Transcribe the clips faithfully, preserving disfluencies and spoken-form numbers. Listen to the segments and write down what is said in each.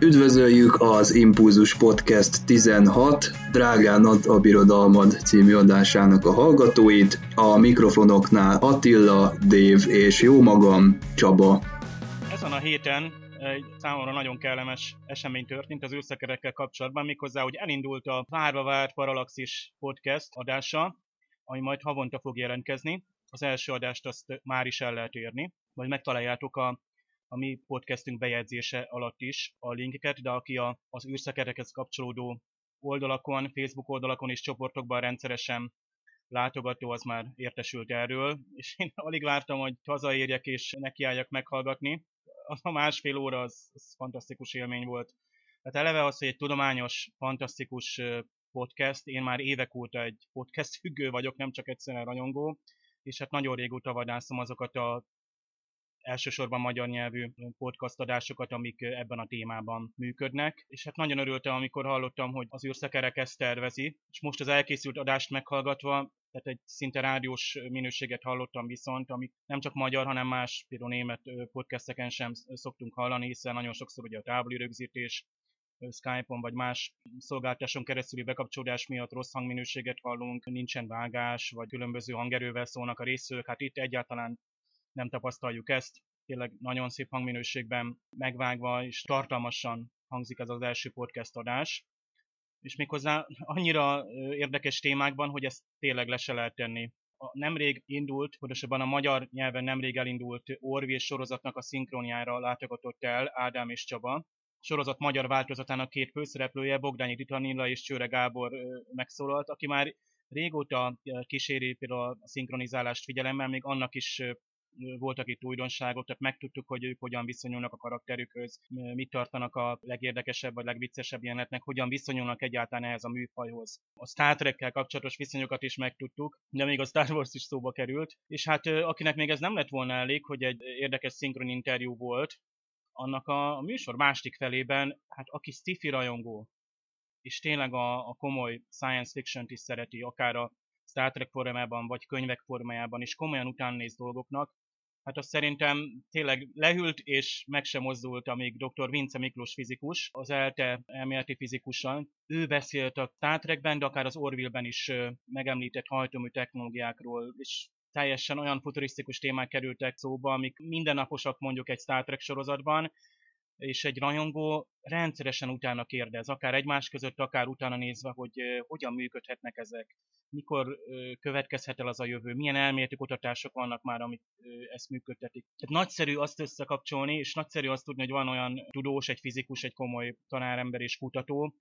Üdvözöljük az Impulzus Podcast tizenhat Drágán ad a birodalmad című adásának a hallgatóit. A mikrofonoknál Attila, Dév és jó magam, Csaba. Ezen a héten egy számomra nagyon kellemes esemény történt az űrszekerekkel kapcsolatban, méghozzá, hogy elindult a várva várt Parallaxis Podcast adása, ami majd havonta fog jelentkezni. Az első adást azt már is el lehet érni, vagy megtaláljátok a a mi podcastünk bejegyzése alatt is a linkeket, de aki a, az űrszekerekhez kapcsolódó oldalakon, Facebook oldalakon és csoportokban rendszeresen látogató, az már értesült erről, és én alig vártam, hogy hazaérjek és nekiálljak meghallgatni. A másfél óra az, az fantasztikus élmény volt. Tehát eleve az, hogy egy tudományos, fantasztikus podcast, én már évek óta egy podcast függő vagyok, nem csak egyszerűen rajongó, és hát nagyon régóta vadászom azokat a elsősorban magyar nyelvű podcast adásokat, amik ebben a témában működnek. És hát nagyon örültem, amikor hallottam, hogy az űrszekerek ezt tervezi, és most az elkészült adást meghallgatva, tehát egy szinte rádiós minőséget hallottam viszont, amik nem csak magyar, hanem más, például német podcasteken sem szoktunk hallani, hiszen nagyon sokszor ugye a távoli rögzítés, Skype-on vagy más szolgáltatáson keresztüli bekapcsolódás miatt rossz hangminőséget hallunk, nincsen vágás, vagy különböző hangerővel szólnak a résztvevők, hát itt egyáltalán nem tapasztaljuk ezt. Tényleg nagyon szép hangminőségben megvágva és tartalmasan hangzik ez az első podcast adás. És méghozzá annyira érdekes témákban, hogy ezt tényleg le se lehet tenni. A nemrég indult, pontosabban a magyar nyelven nemrég elindult Orville sorozatnak a szinkronjára látogatott el Ádám és Csaba. A sorozat magyar változatának két főszereplője, Bogdányi Titanilla és Csőre Gábor megszólalt, aki már régóta kíséri például a szinkronizálást figyelemmel, még annak is voltak itt újdonságok, tehát megtudtuk, hogy ők hogyan viszonyulnak a karakterükhöz, mit tartanak a legérdekesebb vagy legviccesebb jelenetnek, hogyan viszonyulnak egyáltalán ehhez a műfajhoz. A Star Trekkel kapcsolatos viszonyokat is megtudtuk, de még a Star Wars is szóba került, és hát akinek még ez nem lett volna elég, hogy egy érdekes szinkron interjú volt, annak a, a műsor másik felében, hát aki sci-fi rajongó, és tényleg a, a komoly science fiction-t is szereti, akár a Star Trek formájában, vagy könyvek formájában is komolyan utánnéz dolgoknak, hát azt szerintem tényleg leült és meg sem mozdult, amíg doktor Vince Miklós fizikus, az ELTE elméleti fizikussal. Ő beszélt a Star Trekben, de akár az Orville-ben is megemlített hajtómű technológiákról, és teljesen olyan futurisztikus témák kerültek szóba, amik mindennaposak mondjuk egy Star Trek sorozatban, és egy rajongó rendszeresen utána kérdez, akár egymás között, akár utána nézve, hogy uh, hogyan működhetnek ezek, mikor uh, következhet el az a jövő, milyen elméleti kutatások vannak már, amik uh, ezt működtetik. Tehát nagyszerű azt összekapcsolni, és nagyszerű azt tudni, hogy van olyan tudós, egy fizikus, egy komoly tanárember és kutató,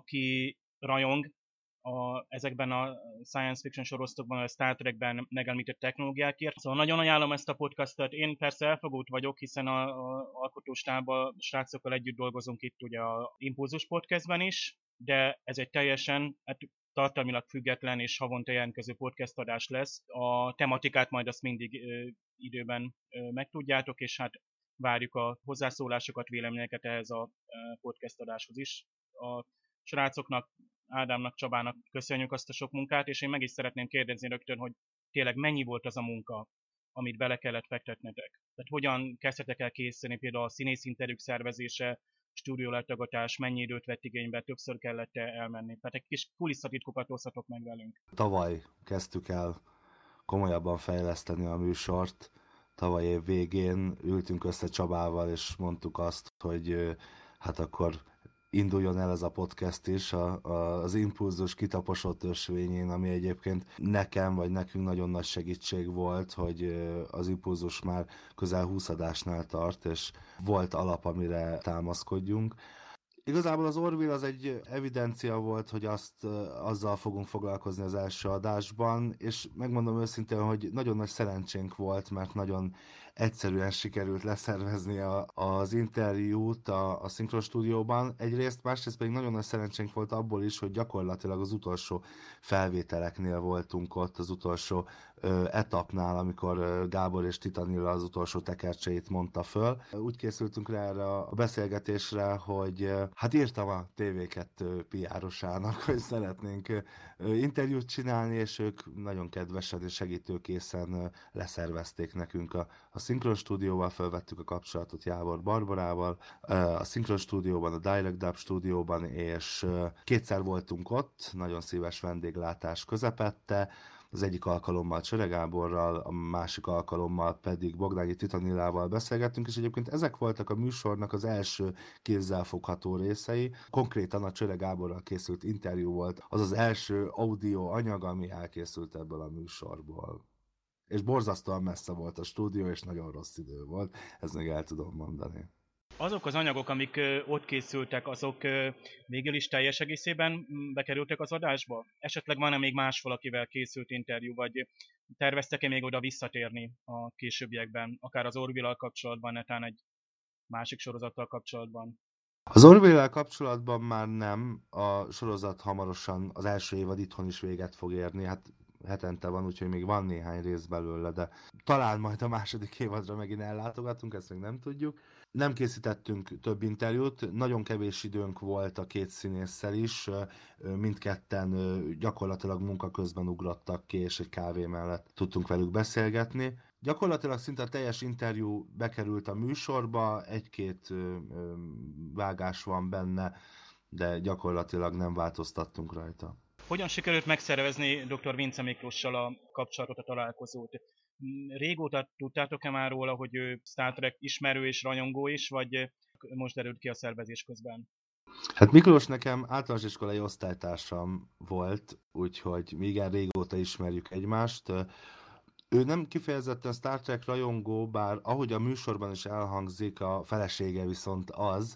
aki rajong a, ezekben a science fiction sorozatokban, a Star Trekben megemlített technológiákért. Szóval nagyon ajánlom ezt a podcastot. Én persze elfogult vagyok, hiszen a, a alkotóstában srácokkal együtt dolgozunk itt ugye a Impulzus Podcastben is, de ez egy teljesen hát, tartalmilag független és havonta jelentkező podcast adás lesz. A tematikát majd azt mindig ö, időben ö, megtudjátok, és hát várjuk a hozzászólásokat, véleményeket ehhez a podcast adáshoz is. A srácoknak, Ádámnak, Csabának köszönjük azt a sok munkát, és én meg is szeretném kérdezni rögtön, hogy tényleg mennyi volt az a munka, amit bele kellett fektetnetek. Tehát hogyan kezdhetek el készíteni például a színészinterjúk szervezése, stúdiólátogatás, mennyi időt vett igénybe, többször kellett elmenni. Tehát egy kis kulisszatitkokat osztatok meg velünk. Tavaly kezdtük el komolyabban fejleszteni a műsort. Tavaly év végén ültünk össze Csabával, és mondtuk azt, hogy hát akkor induljon el ez a podcast is a, a, az Impulzus kitaposott ösvényén, ami egyébként nekem vagy nekünk nagyon nagy segítség volt, hogy az Impulzus már közel húsz adásnál tart, és volt alap, amire támaszkodjunk. Igazából az Orville az egy evidencia volt, hogy azt, azzal fogunk foglalkozni az első adásban, és megmondom őszintén, hogy nagyon nagy szerencsénk volt, mert nagyon egyszerűen sikerült leszervezni a, az interjút a, a Szinkron stúdióban. Egyrészt, másrészt pedig nagyon nagy szerencsénk volt abból is, hogy gyakorlatilag az utolsó felvételeknél voltunk ott, az utolsó etapnál, amikor Gábor és Titanilla az utolsó tekercseit mondta föl. Úgy készültünk rá erre a beszélgetésre, hogy hát írtam a té vé kettő pé er-osának, hogy szeretnénk interjút csinálni, és ők nagyon kedvesen és segítőkészen leszervezték nekünk a, a Szinkron stúdióval, felvettük a kapcsolatot Jávor Barbarával, a Szinkron stúdióban, a Direct Dub stúdióban, és kétszer voltunk ott, nagyon szíves vendéglátás közepette. Az egyik alkalommal Csere Gáborral, a másik alkalommal pedig Bogdányi Titanillával beszélgettünk, és egyébként ezek voltak a műsornak az első kézzelfogható részei. Konkrétan a Csere Gáborral készült interjú volt az az első audio anyag, ami elkészült ebből a műsorból. És borzasztóan messze volt a stúdió, és nagyon rossz idő volt, ezt még el tudom mondani. Azok az anyagok, amik ott készültek, azok végül is teljes egészében bekerültek az adásba? Esetleg van-e még más valakivel készült interjú, vagy terveztek-e még oda visszatérni a későbbiekben, akár az Orville-al kapcsolatban, netán egy másik sorozattal kapcsolatban? Az Orville-el kapcsolatban már nem, a sorozat hamarosan az első évad itthon is véget fog érni, hát hetente van, úgyhogy még van néhány rész belőle, de talán majd a második évadra megint ellátogatunk, ezt még nem tudjuk. Nem készítettünk több interjút, nagyon kevés időnk volt a két színésszel is, mindketten gyakorlatilag munka közben ugrottak ki, és egy kávé mellett tudtunk velük beszélgetni. Gyakorlatilag szinte a teljes interjú bekerült a műsorba, egy-két vágás van benne, de gyakorlatilag nem változtattunk rajta. Hogyan sikerült megszervezni dr. Vince Miklóssal a kapcsolatot, a találkozót? Régóta tudtátok-e már róla, hogy ő Star Trek ismerő és rajongó is, vagy most derült ki a szervezés közben? Hát Miklós nekem általános iskolai osztálytársam volt, úgyhogy mi igen régóta ismerjük egymást. Ő nem kifejezetten Star Trek rajongó, bár ahogy a műsorban is elhangzik, a felesége viszont az,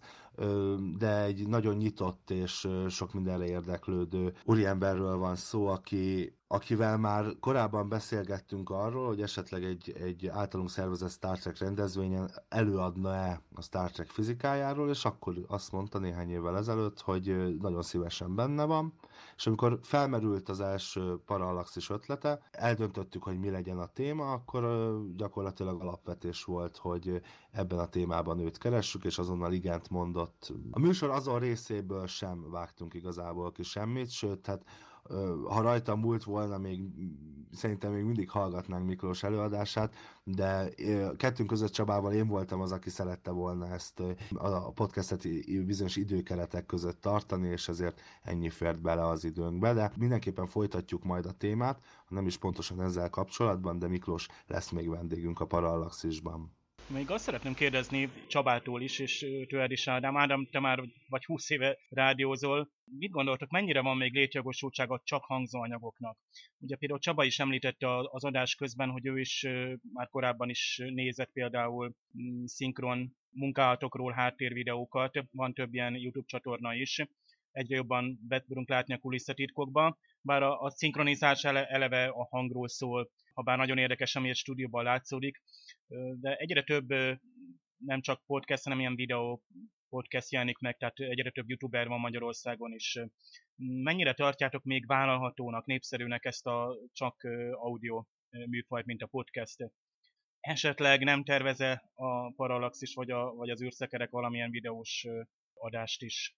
de egy nagyon nyitott és sok mindenre érdeklődő úriemberről van szó, aki, akivel már korábban beszélgettünk arról, hogy esetleg egy, egy általunk szervezett Star Trek rendezvényen előadna-e a Star Trek fizikájáról, és akkor azt mondta néhány évvel ezelőtt, hogy nagyon szívesen benne van, és amikor felmerült az első Parallaxis ötlete, eldöntöttük, hogy mi legyen a téma, akkor gyakorlatilag alapvetés volt, hogy ebben a témában őt keressük, és azonnal igent mondott. A műsor azon részéből sem vágtunk igazából ki semmit, sőt, hát ha rajta múlt volna, még szerintem még mindig hallgatnánk Miklós előadását, de kettőnk között Csabával én voltam az, aki szerette volna ezt a podcastet bizonyos időkeretek között tartani, és ezért ennyi fért bele az időnkbe, de mindenképpen folytatjuk majd a témát, nem is pontosan ezzel kapcsolatban, de Miklós lesz még vendégünk a Parallaxisban. Még azt szeretném kérdezni Csabától is, és tőled is, Ádám. Ádám, te már vagy húsz éve rádiózol. Mit gondoltok, mennyire van még létjogosultsága csak hangzóanyagoknak? Ugye például Csaba is említette az adás közben, hogy ő is már korábban is nézett például szinkron munkálatokról háttérvideókat, van több ilyen YouTube csatorna is. Egyre jobban be tudunk látni a kulisszatitkokba, bár a, a szinkronizás ele, eleve a hangról szól, ha bár nagyon érdekes, ami egy stúdióban látszódik, de egyre több nem csak podcast, hanem ilyen videó podcast jelenik meg, tehát egyre több youtuber van Magyarországon is. Mennyire tartjátok még vállalhatónak, népszerűnek ezt a csak audio műfajt, mint a podcast? Esetleg nem tervez-e a Parallaxis vagy, a, vagy az űrszekerek valamilyen videós adást is?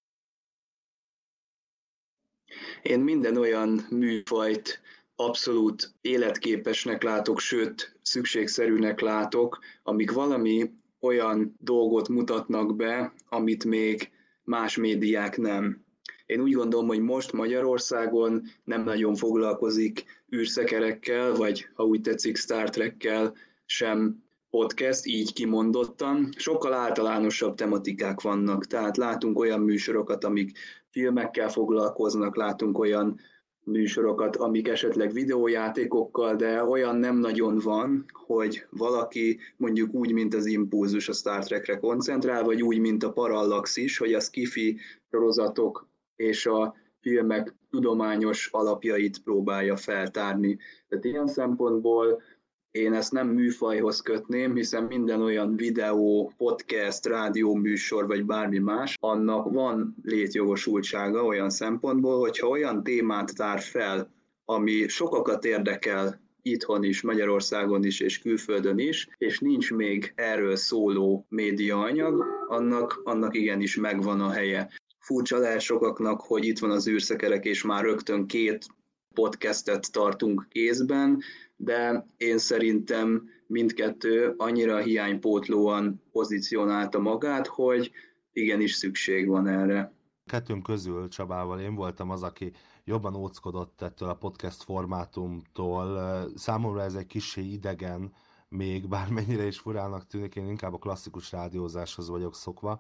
Én minden olyan műfajt abszolút életképesnek látok, sőt szükségszerűnek látok, amik valami olyan dolgot mutatnak be, amit még más médiák nem. Én úgy gondolom, hogy most Magyarországon nem nagyon foglalkozik űrszekerekkel, vagy ha úgy tetszik Star Trekkel sem podcast, így kimondottan. Sokkal általánosabb tematikák vannak, tehát látunk olyan műsorokat, amik filmekkel foglalkoznak, látunk olyan műsorokat, amik esetleg videójátékokkal, de olyan nem nagyon van, hogy valaki mondjuk úgy, mint az Impulzus a Star Trekre koncentrál, vagy úgy, mint a Parallaxis, hogy a sci-fi sorozatok és a filmek tudományos alapjait próbálja feltárni. Tehát ilyen szempontból én ezt nem műfajhoz kötném, hiszen minden olyan videó, podcast, rádióműsor vagy bármi más, annak van létjogosultsága olyan szempontból, hogyha olyan témát tár fel, ami sokakat érdekel, itthon is, Magyarországon is és külföldön is, és nincs még erről szóló médiaanyag, annak, annak igenis megvan a helye. Furcsa lehet sokaknak, hogy itt van az űrszekerek, és már rögtön két podcastet tartunk kézben, de én szerintem mindkettő annyira hiánypótlóan pozícionálta magát, hogy igenis szükség van erre. Kettőnk közül Csabával én voltam az, aki jobban óckodott ettől a podcast formátumtól. Számomra ez egy kissé idegen, még bármennyire is furának tűnik, én inkább a klasszikus rádiózáshoz vagyok szokva.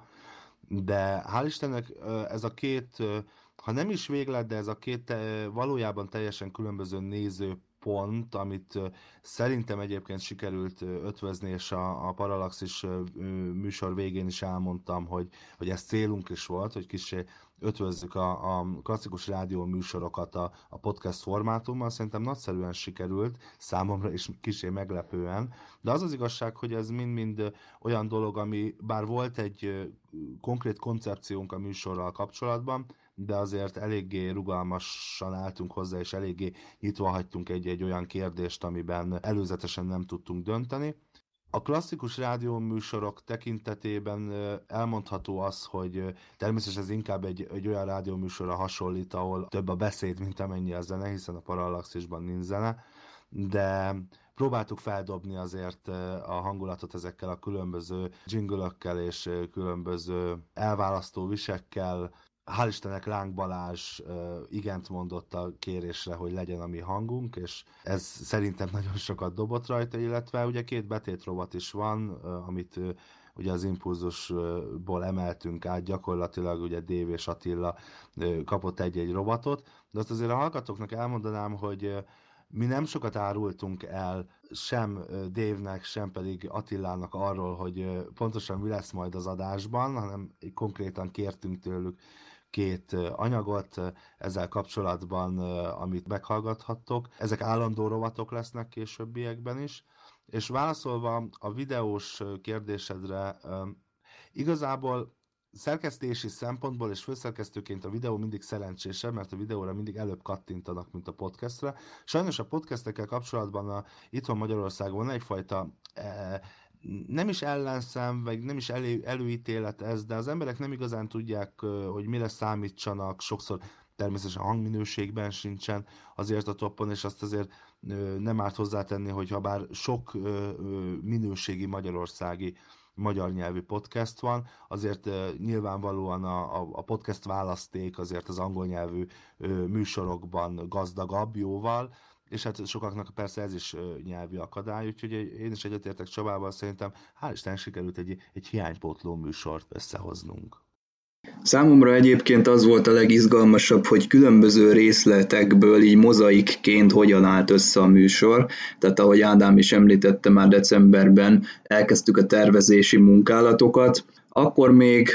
De hál' Istennek ez a két, ha nem is véglet, de ez a két valójában teljesen különböző nézőpont, amit szerintem egyébként sikerült ötvözni, és a, a Parallaxis műsor végén is elmondtam, hogy, hogy ez célunk is volt, hogy kissé ötvözzük a, a klasszikus rádió műsorokat a, a podcast formátummal, szerintem nagyszerűen sikerült, számomra is kissé meglepően, de az az igazság, hogy ez mind-mind olyan dolog, ami bár volt egy konkrét koncepciónk a műsorral kapcsolatban, de azért eléggé rugalmasan álltunk hozzá, és eléggé nyitva hagytunk egy-egy olyan kérdést, amiben előzetesen nem tudtunk dönteni. A klasszikus rádióműsorok tekintetében elmondható az, hogy természetesen ez inkább egy, egy olyan rádióműsorra hasonlít, ahol több a beszéd, mint amennyi a zene, hiszen a Parallaxisban nincs zene, de próbáltuk feldobni azért a hangulatot ezekkel a különböző jingle-ökkel és különböző elválasztó visekkel. Hál' Istennek Láng Balázs igent mondott a kérésre, hogy legyen a mi hangunk, és ez szerintem nagyon sokat dobott rajta, illetve ugye két betétrovat is van, amit ugye az Impulzusból emeltünk át, gyakorlatilag ugye Dév és Attila kapott egy-egy robotot, de azt azért a hallgatóknak elmondanám, hogy mi nem sokat árultunk el sem Dave-nek, sem pedig Attilának arról, hogy pontosan mi lesz majd az adásban, hanem konkrétan kértünk tőlük két anyagot ezzel kapcsolatban, amit meghallgathattok. Ezek állandó rovatok lesznek későbbiekben is. És válaszolva a videós kérdésedre, igazából szerkesztési szempontból és főszerkesztőként a videó mindig szerencsésebb, mert a videóra mindig előbb kattintanak, mint a podcastre. Sajnos a podcastekkel kapcsolatban a, itthon Magyarországon van egyfajta e, nem is ellenszem, vagy nem is elő, előítélet ez, de az emberek nem igazán tudják, hogy mire számítsanak, sokszor természetesen hangminőségben sincsen azért a toppon, és azt azért nem árt hozzátenni, hogyha bár sok minőségi magyarországi magyar nyelvű podcast van, azért nyilvánvalóan a, a podcast választék azért az angol nyelvű műsorokban gazdagabb jóval, és hát sokaknak persze ez is nyelvi akadály, úgyhogy én is egyetértek Csabával, szerintem hál' Isten sikerült egy, egy hiánypótló műsort összehoznunk. Számomra egyébként az volt a legizgalmasabb, hogy különböző részletekből így mozaikként hogyan állt össze a műsor. Tehát ahogy Ádám is említette, már decemberben elkezdtük a tervezési munkálatokat. Akkor még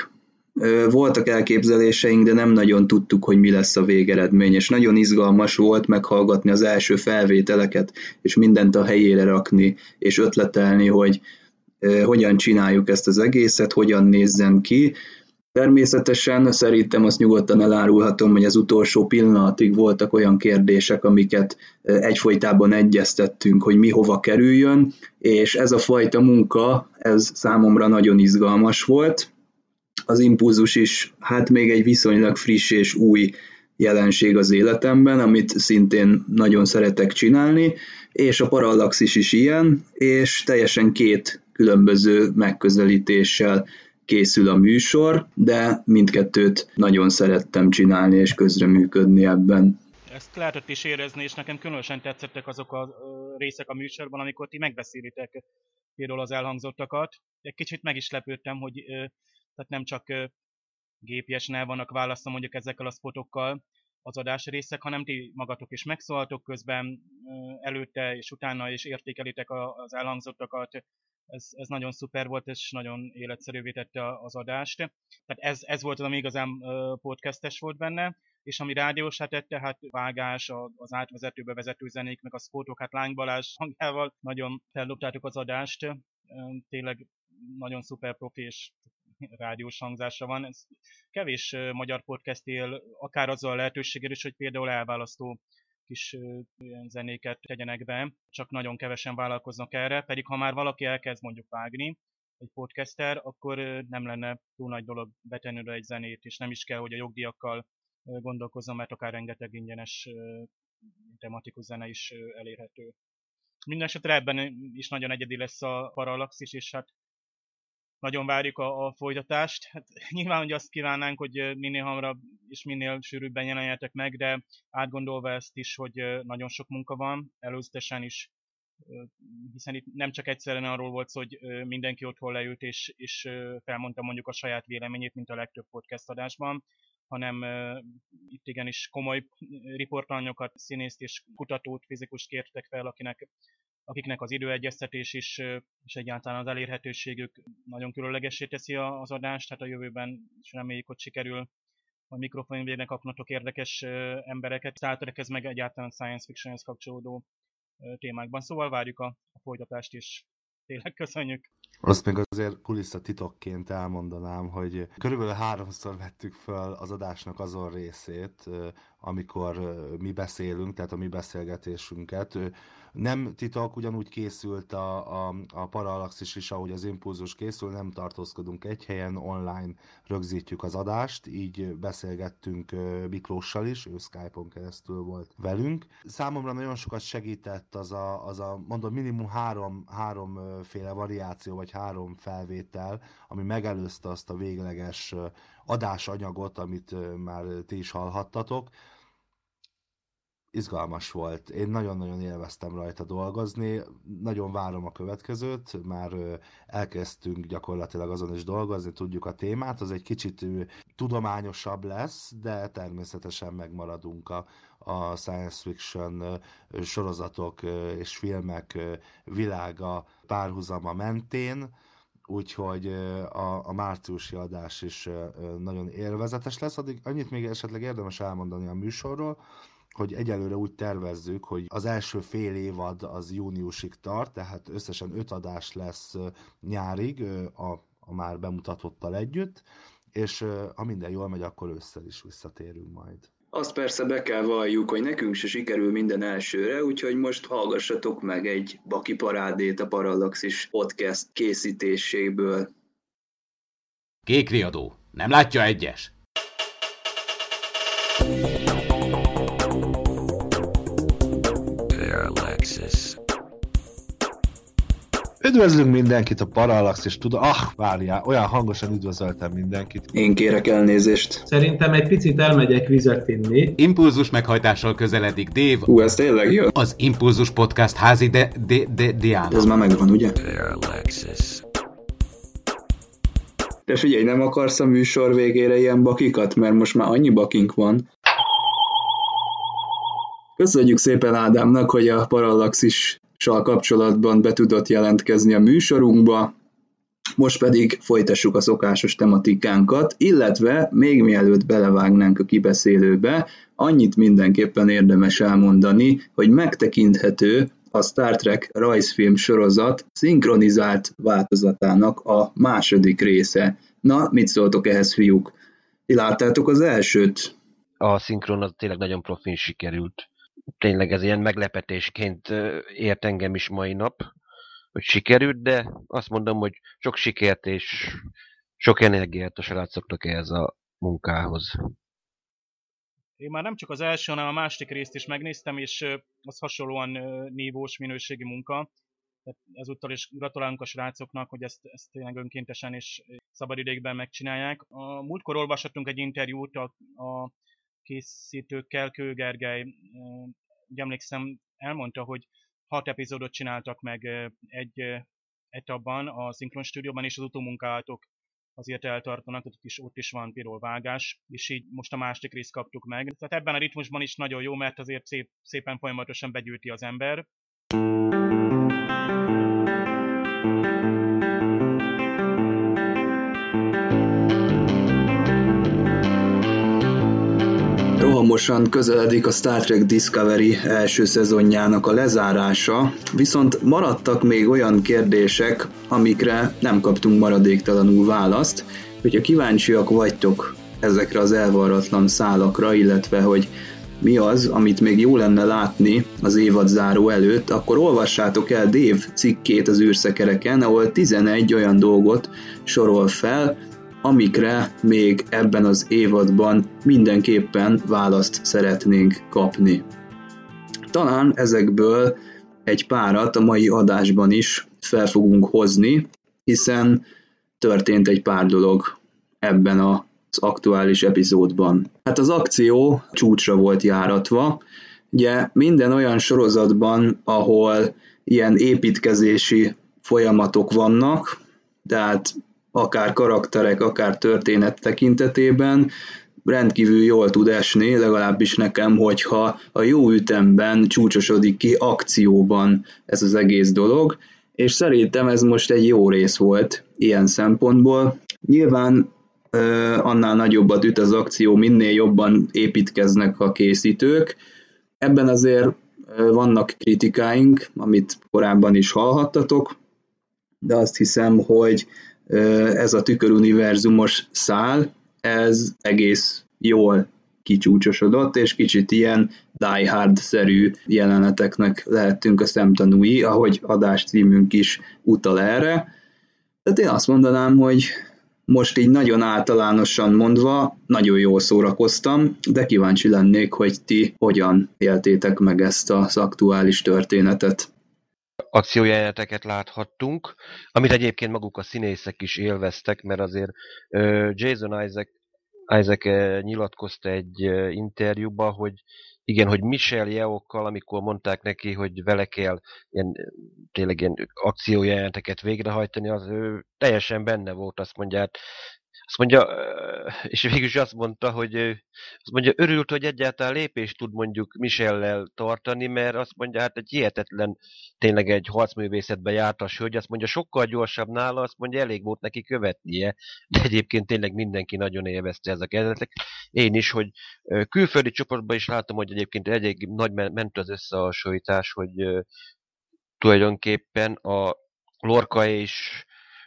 voltak elképzeléseink, de nem nagyon tudtuk, hogy mi lesz a végeredmény, és nagyon izgalmas volt meghallgatni az első felvételeket, és mindent a helyére rakni, és ötletelni, hogy hogyan csináljuk ezt az egészet, hogyan nézzen ki. Természetesen szerintem azt nyugodtan elárulhatom, hogy az utolsó pillanatig voltak olyan kérdések, amiket egyfolytában egyeztettünk, hogy mi hova kerüljön, és ez a fajta munka, ez számomra nagyon izgalmas volt. Az Impulzus is hát még egy viszonylag friss és új jelenség az életemben, amit szintén nagyon szeretek csinálni, és a Parallaxis is ilyen, és teljesen két különböző megközelítéssel készül a műsor, de mindkettőt nagyon szerettem csinálni és közreműködni ebben. Ezt lehetett is érezni, és nekem különösen tetszettek azok a részek a műsorban, amikor ti megbeszélitek például az elhangzottakat. Egy kicsit meg is lepődtem, hogy tehát nem csak gépiesen el vannak választva mondjuk ezekkel a spotokkal az adás részek, hanem ti magatok is megszólaltok közben, előtte és utána is értékelitek az elhangzottakat. Ez, ez nagyon szuper volt, és nagyon életszerűvé tette az adást. Tehát ez, ez volt az, ami igazán podcastes volt benne, és ami rádiósá tette, hát vágás, az átvezető, bevezető zenék, meg a spotok, hát Láng Balázs hangjával nagyon feldobtátok az adást. Tényleg nagyon szuper profi és rádiós hangzása van. Ez kevés magyar podcast él, akár azzal a lehetőséggel is, hogy például elválasztó kis ilyen zenéket tegyenek be, csak nagyon kevesen vállalkoznak erre, pedig ha már valaki elkezd mondjuk vágni, egy podcaster, akkor nem lenne túl nagy dolog betenni oda egy zenét, és nem is kell, hogy a jogdíjakkal gondolkozzon, mert akár rengeteg ingyenes tematikus zene is elérhető. Mindenesetre ebben is nagyon egyedi lesz a Parallaxis, és hát nagyon várjuk a, a folytatást. Hát, nyilván, hogy azt kívánnánk, hogy minél hamarabb és minél sűrűbben jelenjetek meg, de átgondolva ezt is, hogy nagyon sok munka van, előzetesen is, hiszen itt nem csak egyszerűen arról volt szó, hogy mindenki otthon leült és, és felmondta mondjuk a saját véleményét, mint a legtöbb podcast adásban, hanem itt igenis komoly riportanyokat, színészt és kutatót, fizikust kértek fel, akinek akiknek az időegyeztetés is, és egyáltalán az elérhetőségük nagyon különlegessé teszi az adást, tehát a jövőben is reméljük, hogy sikerül a mikrofon végre kapnatok érdekes embereket, Star Trekhez meg egyáltalán science fictionhez kapcsolódó témákban. Szóval várjuk a, a folytatást is. Tényleg köszönjük! Azt még azért kulisszatitokként elmondanám, hogy körülbelül háromszor vettük föl az adásnak azon részét, amikor mi beszélünk, tehát a mi beszélgetésünket. Nem titok, ugyanúgy készült a, a, a Parallaxis is, ahogy az Impulzus készül, nem tartózkodunk egy helyen, online rögzítjük az adást, így beszélgettünk Miklóssal is, ő Skype-on keresztül volt velünk. Számomra nagyon sokat segített az a, az a mondom, minimum három, háromféle variáció, vagy három felvétel, ami megelőzte azt a végleges adásanyagot, amit már ti is hallhattatok. Izgalmas volt. Én nagyon-nagyon élveztem rajta dolgozni. Nagyon várom a következőt. Már elkezdtünk gyakorlatilag azon is dolgozni, tudjuk a témát. Az egy kicsit tudományosabb lesz, de természetesen megmaradunk a, a science fiction sorozatok és filmek világa párhuzama mentén. Úgyhogy a, a márciusi adás is nagyon élvezetes lesz. Addig annyit még esetleg érdemes elmondani a műsorról, hogy egyelőre úgy tervezzük, hogy az első fél évad az júniusig tart, tehát összesen öt adás lesz nyárig a, a már bemutatottal együtt, és ha minden jól megy, akkor ősszel is visszatérünk majd. Azt persze be kell valljuk, hogy nekünk se sikerül minden elsőre, úgyhogy most hallgassatok meg egy baki parádét a Parallaxis podcast készítéséből. Kék riadó, nem látja egyes? Üdvözlünk mindenkit a Parallaxis, tudom, ah, várjál, olyan hangosan üdvözöltem mindenkit. Én kérek elnézést. Szerintem egy picit elmegyek vizet inni. Impulzus meghajtással közeledik Dave. Hú, ez tényleg jó. Az Impulzus Podcast házi de, de, de, Diana. Ez már megvan, ugye? De figyelj, nem akarsz a műsor végére ilyen bakikat, mert most már annyi bakink van. Köszönjük szépen Ádámnak, hogy a Parallaxissal kapcsolatban be tudott jelentkezni a műsorunkba. Most pedig folytassuk a szokásos tematikánkat, illetve még mielőtt belevágnánk a kibeszélőbe, annyit mindenképpen érdemes elmondani, hogy megtekinthető a Star Trek rajzfilm sorozat szinkronizált változatának a második része. Na, mit szóltok ehhez, fiúk? Ti láttátok az elsőt? A szinkron az tényleg nagyon profin sikerült. Tényleg ez ilyen meglepetésként ért engem is mai nap, hogy sikerült, de azt mondom, hogy sok sikert és sok energiát a srácoknak ehhez a munkához. Én már nem csak az első, hanem a második részt is megnéztem, és az hasonlóan nívós, minőségi munka. Tehát ezúttal is gratulálunk a srácoknak, hogy ezt, ezt tényleg önkéntesen és szabadidejükben megcsinálják. A múltkor olvashattunk egy interjút a, a készítőkkel, Kő Gergely, emlékszem, elmondta, hogy hat epizódot csináltak meg egy etapban a Szinkron stúdióban, és az utómunkálatok azért eltartanak, ott is, ott is van például vágás, és így most a második részt kaptuk meg. Tehát ebben a ritmusban is nagyon jó, mert azért szép, szépen folyamatosan begyűjti az ember. Rohamosan közeledik a Star Trek Discovery első szezonjának a lezárása, viszont maradtak még olyan kérdések, amikre nem kaptunk maradéktalanul választ. Hogyha kíváncsiak vagytok ezekre az elvarratlan szálakra, illetve hogy mi az, amit még jó lenne látni az évad záró előtt, akkor olvassátok el Dave cikkét az űrszekereken, ahol tizenegy olyan dolgot sorol fel, amikre még ebben az évadban mindenképpen választ szeretnénk kapni. Talán ezekből egy párat a mai adásban is fel fogunk hozni, hiszen történt egy pár dolog ebben az aktuális epizódban. Hát az akció csúcsra volt járatva. Ugye minden olyan sorozatban, ahol ilyen építkezési folyamatok vannak, tehát akár karakterek, akár történet tekintetében, rendkívül jól tud esni, legalábbis nekem, hogyha a jó ütemben csúcsosodik ki akcióban ez az egész dolog, és szerintem ez most egy jó rész volt ilyen szempontból. Nyilván ö, annál nagyobbat üt az akció, minél jobban építkeznek a készítők. Ebben azért ö, vannak kritikáink, amit korábban is hallhattatok, de azt hiszem, hogy ö, ez a tüköruniverzumos szál, ez egész jól kicsúcsosodott, és kicsit ilyen Die Hard-szerű jeleneteknek lehettünk a szemtanúi, ahogy adáscímünk is utal erre. Tehát én azt mondanám, hogy most így nagyon általánosan mondva, nagyon jól szórakoztam, de kíváncsi lennék, hogy ti hogyan éltétek meg ezt az aktuális történetet. Akciójeleneteket láthattunk, amit egyébként maguk a színészek is élveztek, mert azért uh, Jason Isaac, Isaac uh, nyilatkozta egy uh, interjúban, hogy igen, hogy Michelle Yeoh-kkal, amikor mondták neki, hogy vele kell ilyen, tényleg ilyen akciójeleneteket végrehajtani, az ő teljesen benne volt, azt mondja, hát, azt mondja, és végül is azt mondta, hogy azt mondja, örült, hogy egyáltalán lépést tud mondjuk Michelle-lel tartani, mert azt mondja, hát egy hihetetlen, tényleg egy harcművészetben jártas hölgy, azt mondja, sokkal gyorsabb nála, azt mondja, elég volt neki követnie, de egyébként tényleg mindenki nagyon élvezte ez a kezdetek. Én is, hogy külföldi csoportban is látom, hogy egyébként elég nagy ment az összehasonlítás, hogy tulajdonképpen a Lorca és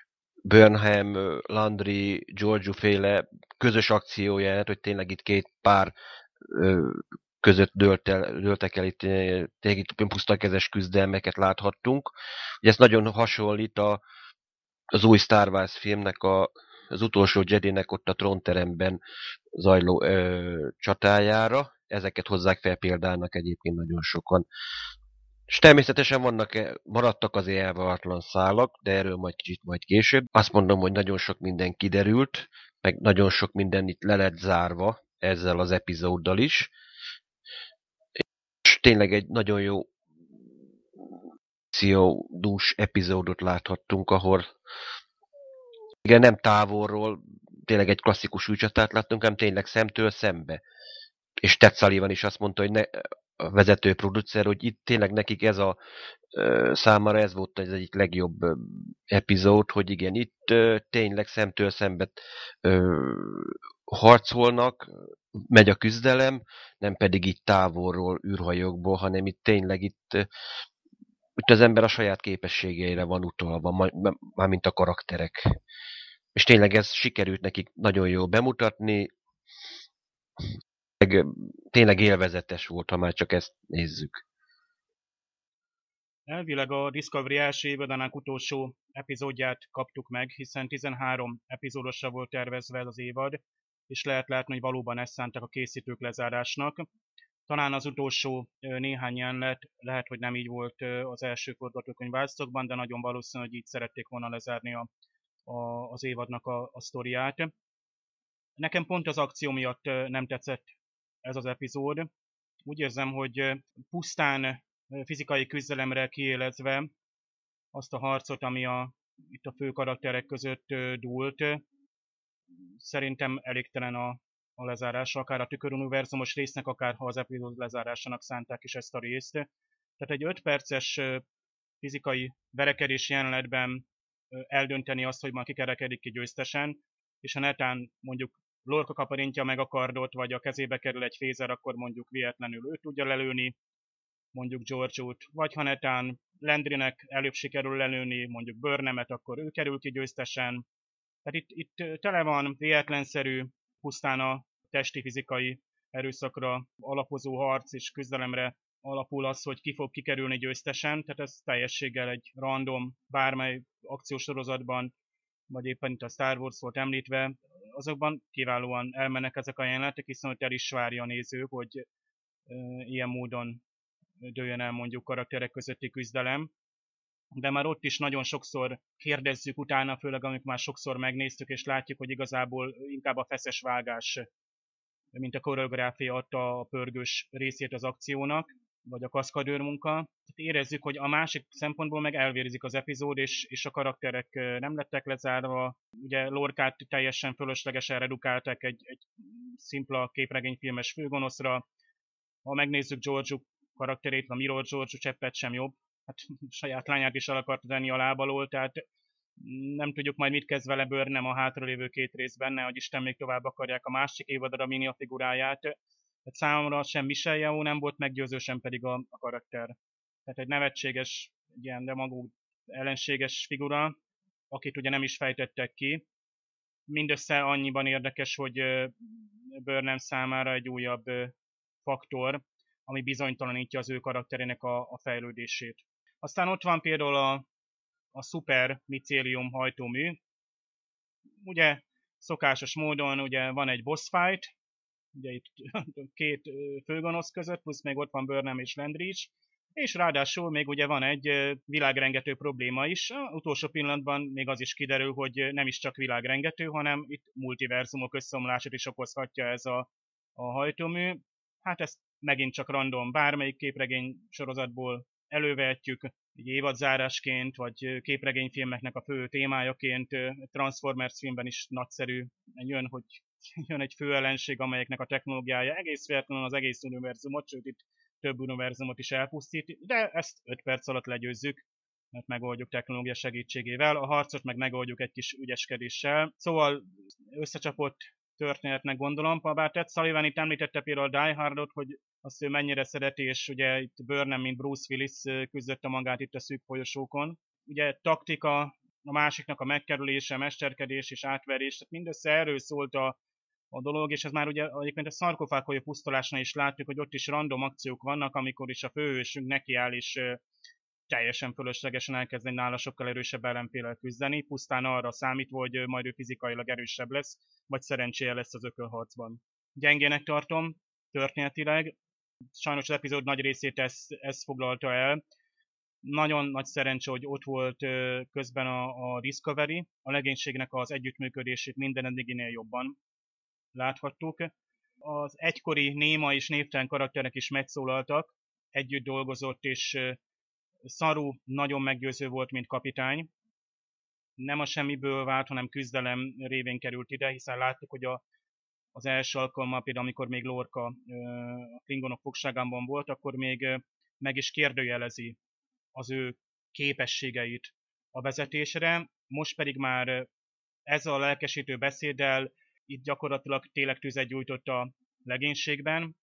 Burnham, Landry, Giorgio féle közös akcióját, hogy tényleg itt két pár ö, között dőlt el, dőltek el itt, tényleg itt pusztakezes küzdelmeket láthattunk. Ugye ez nagyon hasonlít a, az új Star Wars filmnek, a, az utolsó Jedinek ott a trónteremben zajló ö, csatájára. Ezeket hozzák fel példának egyébként nagyon sokan. És természetesen vannak, maradtak azért elvaratlan szálak, de erről majd kicsit majd később. Azt mondom, hogy nagyon sok minden kiderült, meg nagyon sok minden itt le lett zárva ezzel az epizóddal is. És tényleg egy nagyon jó akciódús epizódot láthattunk, ahol igen, nem távolról, tényleg egy klasszikus űrcsatát láttunk, hanem tényleg szemtől szembe. És Ted Sullivan is azt mondta, hogy ne, a vezető producer, hogy itt tényleg nekik ez a ö, számára ez volt az egyik legjobb ö, epizód, hogy igen, itt ö, tényleg szemtől szembe ö, harcolnak, megy a küzdelem, nem pedig itt távolról, űrhajókból, hanem itt tényleg itt, ö, itt az ember a saját képességeire van utalva, mármint a karakterek. És tényleg ez sikerült nekik nagyon jól bemutatni, tényleg élvezetes volt, ha már csak ezt nézzük. Elvileg a Discovery első évadának utolsó epizódját kaptuk meg, hiszen tizenhárom epizódosra volt tervezve ez az évad, és lehet látni, hogy valóban ezt szántak a készítők lezárásnak. Talán az utolsó néhány jelenet lehet, hogy nem így volt az első forgatókönyv változatokban, de nagyon valószínű, hogy így szerették volna lezárni a, a, az évadnak a, a sztoriát. Nekem pont az akció miatt nem tetszett ez az epizód. Úgy érzem, hogy pusztán fizikai küzdelemre kiélezve azt a harcot, ami a, itt a fő karakterek között dúlt, szerintem elégtelen a, a lezárásra, akár a tüköruniverzumos résznek, akár ha az epizód lezárásának szánták is ezt a részt. Tehát egy öt perces fizikai verekedés jelenetben eldönteni azt, hogy ma kikerekedik ki győztesen, és ha netán mondjuk Lorca kaparintja meg a kardot, vagy a kezébe kerül egy fézer, akkor mondjuk véletlenül ő tudja lelőni, mondjuk George-út, vagy ha netán Landrynek előbb sikerül lelőni, mondjuk Burnhamet, akkor ő kerül ki győztesen. Tehát itt, itt tele van véletlenszerű, pusztán a testi fizikai erőszakra alapozó harc és küzdelemre alapul az, hogy ki fog kikerülni győztesen, tehát ez teljességgel egy random, bármely akciósorozatban, vagy éppen itt a Star Wars volt említve, azokban kiválóan elmennek ezek a jelenetek, hiszen ott el is várja a néző, hogy e, ilyen módon dőljön el mondjuk karakterek közötti küzdelem. De már ott is nagyon sokszor kérdezzük utána, főleg amikor már sokszor megnéztük, és látjuk, hogy igazából inkább a feszes vágás, mint a koreográfia adta a pörgős részét az akciónak, vagy a kaszkadőr munka. Tehát érezzük, hogy a másik szempontból meg elvérzik az epizód, és, és a karakterek nem lettek lezárva. Ugye Lorcát teljesen fölöslegesen redukálták egy, egy szimpla képregényfilmes főgonoszra. Ha megnézzük Georgiou karakterét, a Mirror Georgiou cseppet sem jobb. Hát saját lányát is el akarta tenni a láb alól, tehát nem tudjuk majd mit kezd vele Burnham a hátralévő két részben, nehogy Isten még tovább akarják a másik évadra mini a figuráját. Tehát számomra sem Michelle Yeoh nem volt meggyőző, sem pedig a, a karakter. Tehát egy nevetséges, egy ilyen demagóg ellenséges figura, akit ugye nem is fejtettek ki. Mindössze annyiban érdekes, hogy Burnham számára egy újabb faktor, ami bizonytalanítja az ő karakterének a, a fejlődését. Aztán ott van például a, a szuper micélium hajtómű. Ugye szokásos módon ugye van egy boss fight, ugye itt két főgonosz között, plusz még ott van Burnham és Landry is, és ráadásul még ugye van egy világrengető probléma is. A utolsó pillanatban még az is kiderül, hogy nem is csak világrengető, hanem itt multiverzumok összeomlását is okozhatja ez a, a hajtómű. Hát ezt megint csak random, bármelyik képregény sorozatból elővehetjük, egy évadzárásként, vagy képregényfilmeknek a fő témájaként. Transformers filmben is nagyszerű jön, hogy jön egy fő ellenség, amelyeknek a technológiája egész véletlenül az egész univerzumot, sőt itt több univerzumot is elpusztít, de ezt öt perc alatt legyőzzük, mert megoldjuk technológia segítségével, a harcot meg megoldjuk egy kis ügyeskedéssel. Szóval összecsapott történetnek gondolom, bár Ted Sullivan itt említette például a Die Hardot, hogy azt ő mennyire szereti, és ugye itt Burnham, mint Bruce Willis küzdötte magát itt a szűk folyosókon. Ugye taktika, a másiknak a megkerülése, mesterkedés és átverés, tehát mindössze erről szólt a, a dolog, és ez már ugye egyébként a szarkofághajói pusztulásnál is látjuk, hogy ott is random akciók vannak, amikor is a főhősünk nekiáll, és teljesen fölöslegesen elkezdeni nála sokkal erősebb ellenféllel küzdeni, pusztán arra számítva, hogy majd ő fizikailag erősebb lesz, vagy szerencséje lesz az ökölharcban. Gyengének tartom, történetileg, sajnos az epizód nagy részét ez, ez foglalta el. Nagyon nagy szerencse, hogy ott volt közben a, a Discovery, a legénységnek az együttműködését minden eddiginél jobban láthattuk. Az egykori néma és névtelen karakterek is megszólaltak, együtt dolgozott, és Saru nagyon meggyőző volt, mint kapitány. Nem a semmiből vált, hanem küzdelem révén került ide, hiszen láttuk, hogy a, az első alkalommal, például amikor még Lorca a klingonok fogságában volt, akkor még meg is kérdőjelezi az ő képességeit a vezetésre. Most pedig már ezzel a lelkesítő beszéddel itt gyakorlatilag tényleg tüzet gyújtott a legénységben,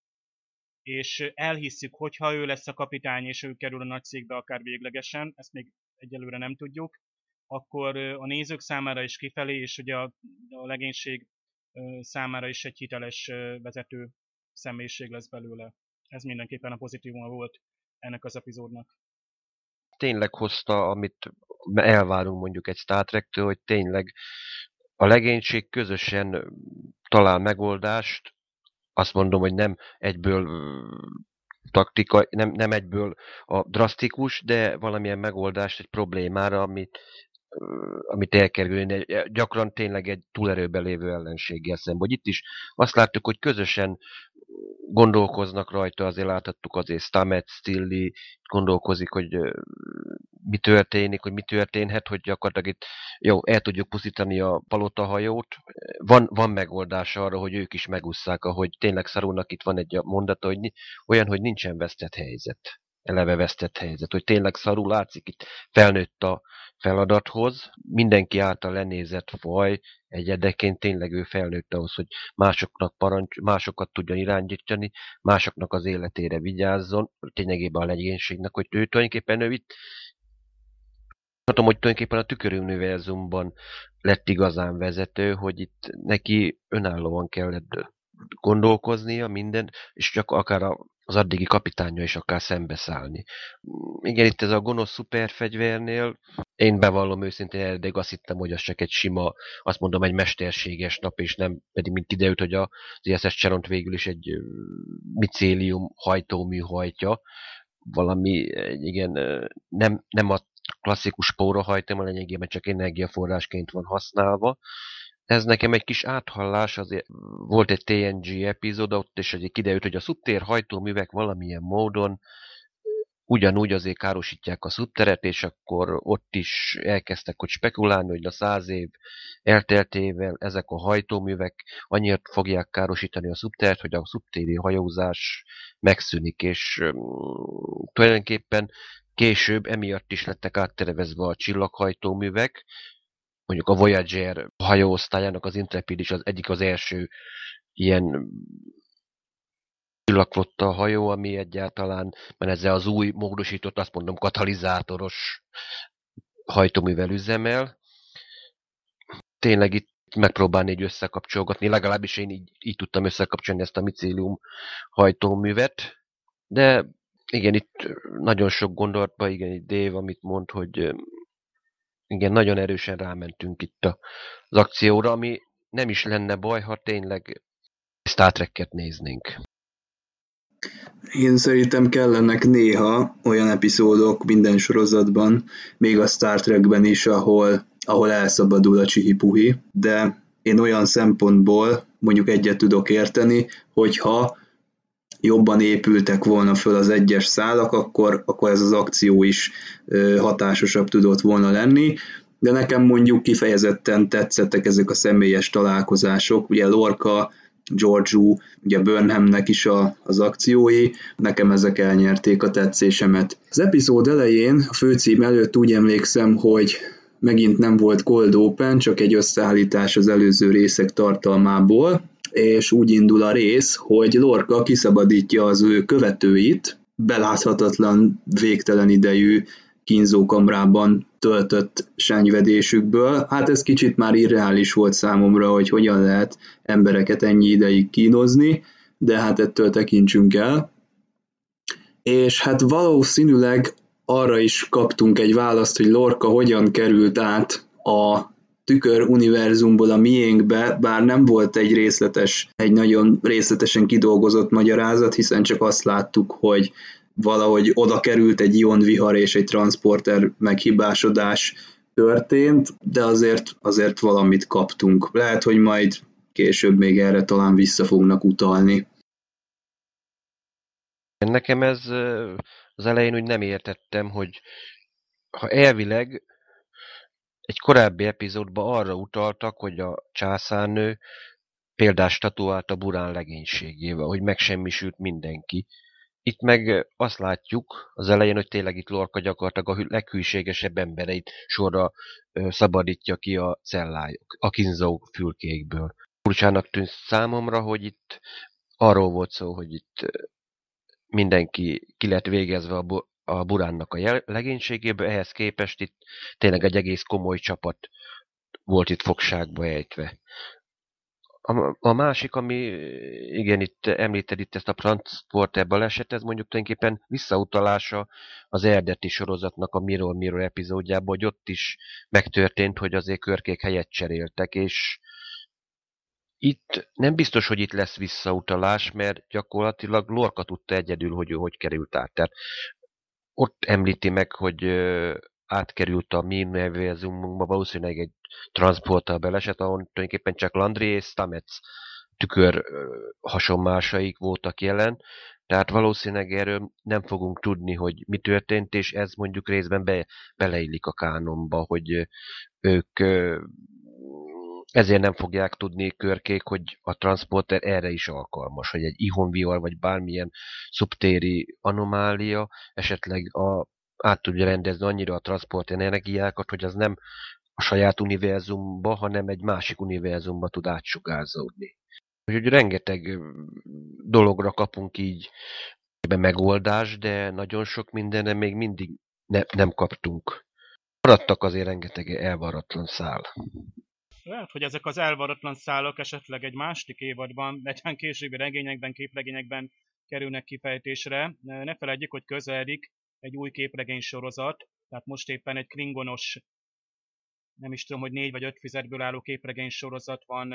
és elhisszük, hogyha ő lesz a kapitány, és ő kerül a nagy cégbe akár véglegesen, ezt még egyelőre nem tudjuk, akkor a nézők számára is kifelé, és ugye a, a legénység számára is egy hiteles vezető személyiség lesz belőle. Ez mindenképpen a pozitívuma volt ennek az epizódnak. Tényleg hozta, amit elvárunk mondjuk egy Star Trek-től, hogy tényleg a legénység közösen talál megoldást. Azt mondom, hogy nem egyből taktika, nem, nem egyből a drasztikus, de valamilyen megoldást egy problémára, amit, amit elkerülni. Gyakran tényleg egy túlerőben lévő ellenséggel szemben. Hogy itt is azt láttuk, hogy közösen gondolkoznak rajta, azért láthattuk azért Stamets, Stilly, gondolkozik, hogy mi történik, hogy mi történhet, hogy gyakorlatilag itt jó, el tudjuk pusztítani a palotahajót. Van, van megoldás arra, hogy ők is megússzák, ahogy tényleg Sarunak itt van egy mondata, hogy olyan, hogy nincsen vesztett helyzet. Eleve vesztett helyzet, hogy tényleg Saru látszik itt felnőtt a feladathoz, mindenki által lenézett faj, egyedeként tényleg ő felnőtt ahhoz, hogy másoknak parancs, másokat tudjon irányítani, másoknak az életére vigyázzon, ténylegében a legénységnek, hogy ő tulajdonképpen ő itt mondhatom, hogy tulajdonképpen a tüköruniverzumban lett igazán vezető, hogy itt neki önállóan kellett gondolkoznia minden, és csak akár a, az addigi kapitánya is akár szembeszállni. Igen, itt ez a gonosz szuperfegyvernél, én bevallom őszintén, eddig azt hittem, hogy az csak egy sima, azt mondom, egy mesterséges nap, és nem pedig mint kiderült, hogy az i es es Chalont végül is egy micélium hajtómű hajtja, valami, igen, nem, nem a klasszikus spórahajtó, hanem lényegében csak energiaforrásként van használva. Ez nekem egy kis áthallás, azért volt egy té en gé epizód, ott is egy kiderült, hogy a szubtér hajtóművek valamilyen módon ugyanúgy azért károsítják a szubteret, és akkor ott is elkezdtek hogy spekulálni, hogy a száz év elteltével ezek a hajtóművek annyira fogják károsítani a szubteret, hogy a szubtéri hajózás megszűnik, és um, tulajdonképpen később emiatt is lettek áttervezve a csillaghajtóművek. Mondjuk a Voyager hajóosztályának az Intrepid is az egyik az első ilyen csillagflotta hajó, ami egyáltalán, mert ezzel az új módosított, azt mondom, katalizátoros hajtóművel üzemel. Tényleg itt megpróbálni így összekapcsolgatni, legalábbis én így, így tudtam összekapcsolni ezt a micélium hajtóművet, de igen, itt nagyon sok gondolatba, igen, itt Dave, amit mond, hogy igen, nagyon erősen rámentünk itt az akcióra, ami nem is lenne baj, ha tényleg Star Trek-et néznénk. Én szerintem kellenek néha olyan epizódok minden sorozatban, még a Star Trekben is, ahol, ahol elszabadul a csihi-puhi, de én olyan szempontból mondjuk egyet tudok érteni, hogyha jobban épültek volna föl az egyes szálak, akkor, akkor ez az akció is hatásosabb tudott volna lenni, de nekem mondjuk kifejezetten tetszettek ezek a személyes találkozások, ugye Lorca, Georgiou, ugye Burnhamnek is a, az akciói, nekem ezek elnyerték a tetszésemet. Az epizód elején, a főcím előtt úgy emlékszem, hogy megint nem volt cold open, csak egy összeállítás az előző részek tartalmából, és úgy indul a rész, hogy Lorca kiszabadítja az ő követőit, beláthatatlan, végtelen idejű kínzókamrában töltött senyvedésükből. Hát ez kicsit már irreális volt számomra, hogy hogyan lehet embereket ennyi ideig kínozni, de hát ettől tekintsünk el. És hát valószínűleg arra is kaptunk egy választ, hogy Lorca hogyan került át a tükör univerzumból a miénkbe, bár nem volt egy részletes, egy nagyon részletesen kidolgozott magyarázat, hiszen csak azt láttuk, hogy valahogy oda került egy ionvihar és egy transporter meghibásodás történt, de azért, azért valamit kaptunk. Lehet, hogy majd később még erre talán vissza fognak utalni. Nekem ez az elején úgy nem értettem, hogy ha elvileg egy korábbi epizódban arra utaltak, hogy a császárnő példást statuált a Burán legénységével, hogy megsemmisült mindenki. Itt meg azt látjuk az elején, hogy tényleg itt Lorca gyakorlatilag a leghűségesebb embereit sorra szabadítja ki a cellájuk, a kínzó fülkékből. Furcsának tűnt számomra, hogy itt arról volt szó, hogy itt mindenki ki lett végezve a, bu- a Buránnak a legénységéből, ehhez képest itt tényleg egy egész komoly csapat volt itt fogságba ejtve. A, a másik, ami, igen, itt említed itt ezt a transporter baleset, ez mondjuk tulajdonképpen visszautalása az eredeti sorozatnak a Mirror Mirror epizódjában, hogy ott is megtörtént, hogy azért körkék helyet cseréltek, és itt nem biztos, hogy itt lesz visszautalás, mert gyakorlatilag Lorca tudta egyedül, hogy ő hogy került át. Tehát ott említi meg, hogy átkerült a mi univerzumunkba, valószínűleg egy transporter baleset, ahol tulajdonképpen csak Landry és Stamets tükör hasonmásaik voltak jelen, tehát valószínűleg erről nem fogunk tudni, hogy mi történt, és ez mondjuk részben be, beleillik a kánonba, hogy ők ezért nem fogják tudni körkék, hogy a transporter erre is alkalmas, hogy egy ihonvihar vagy bármilyen szubtéri anomália esetleg a, át tudja rendezni annyira a transport energiákat, hogy az nem a saját univerzumba, hanem egy másik univerzumba tud átsugárzódni. Úgyhogy rengeteg dologra kapunk így megoldást, de nagyon sok mindenre még mindig ne, nem kaptunk. Maradtak azért rengeteg elvarratlan szál. Lehet, hogy ezek az elvaratlan szálak esetleg egy másik évadban, egyáltalán későbbi regényekben, képregényekben kerülnek kifejtésre. Ne feledjük, hogy közeledik egy új képregény sorozat, tehát most éppen egy klingonos, nem is tudom, hogy négy vagy öt fizetből álló képregény sorozat van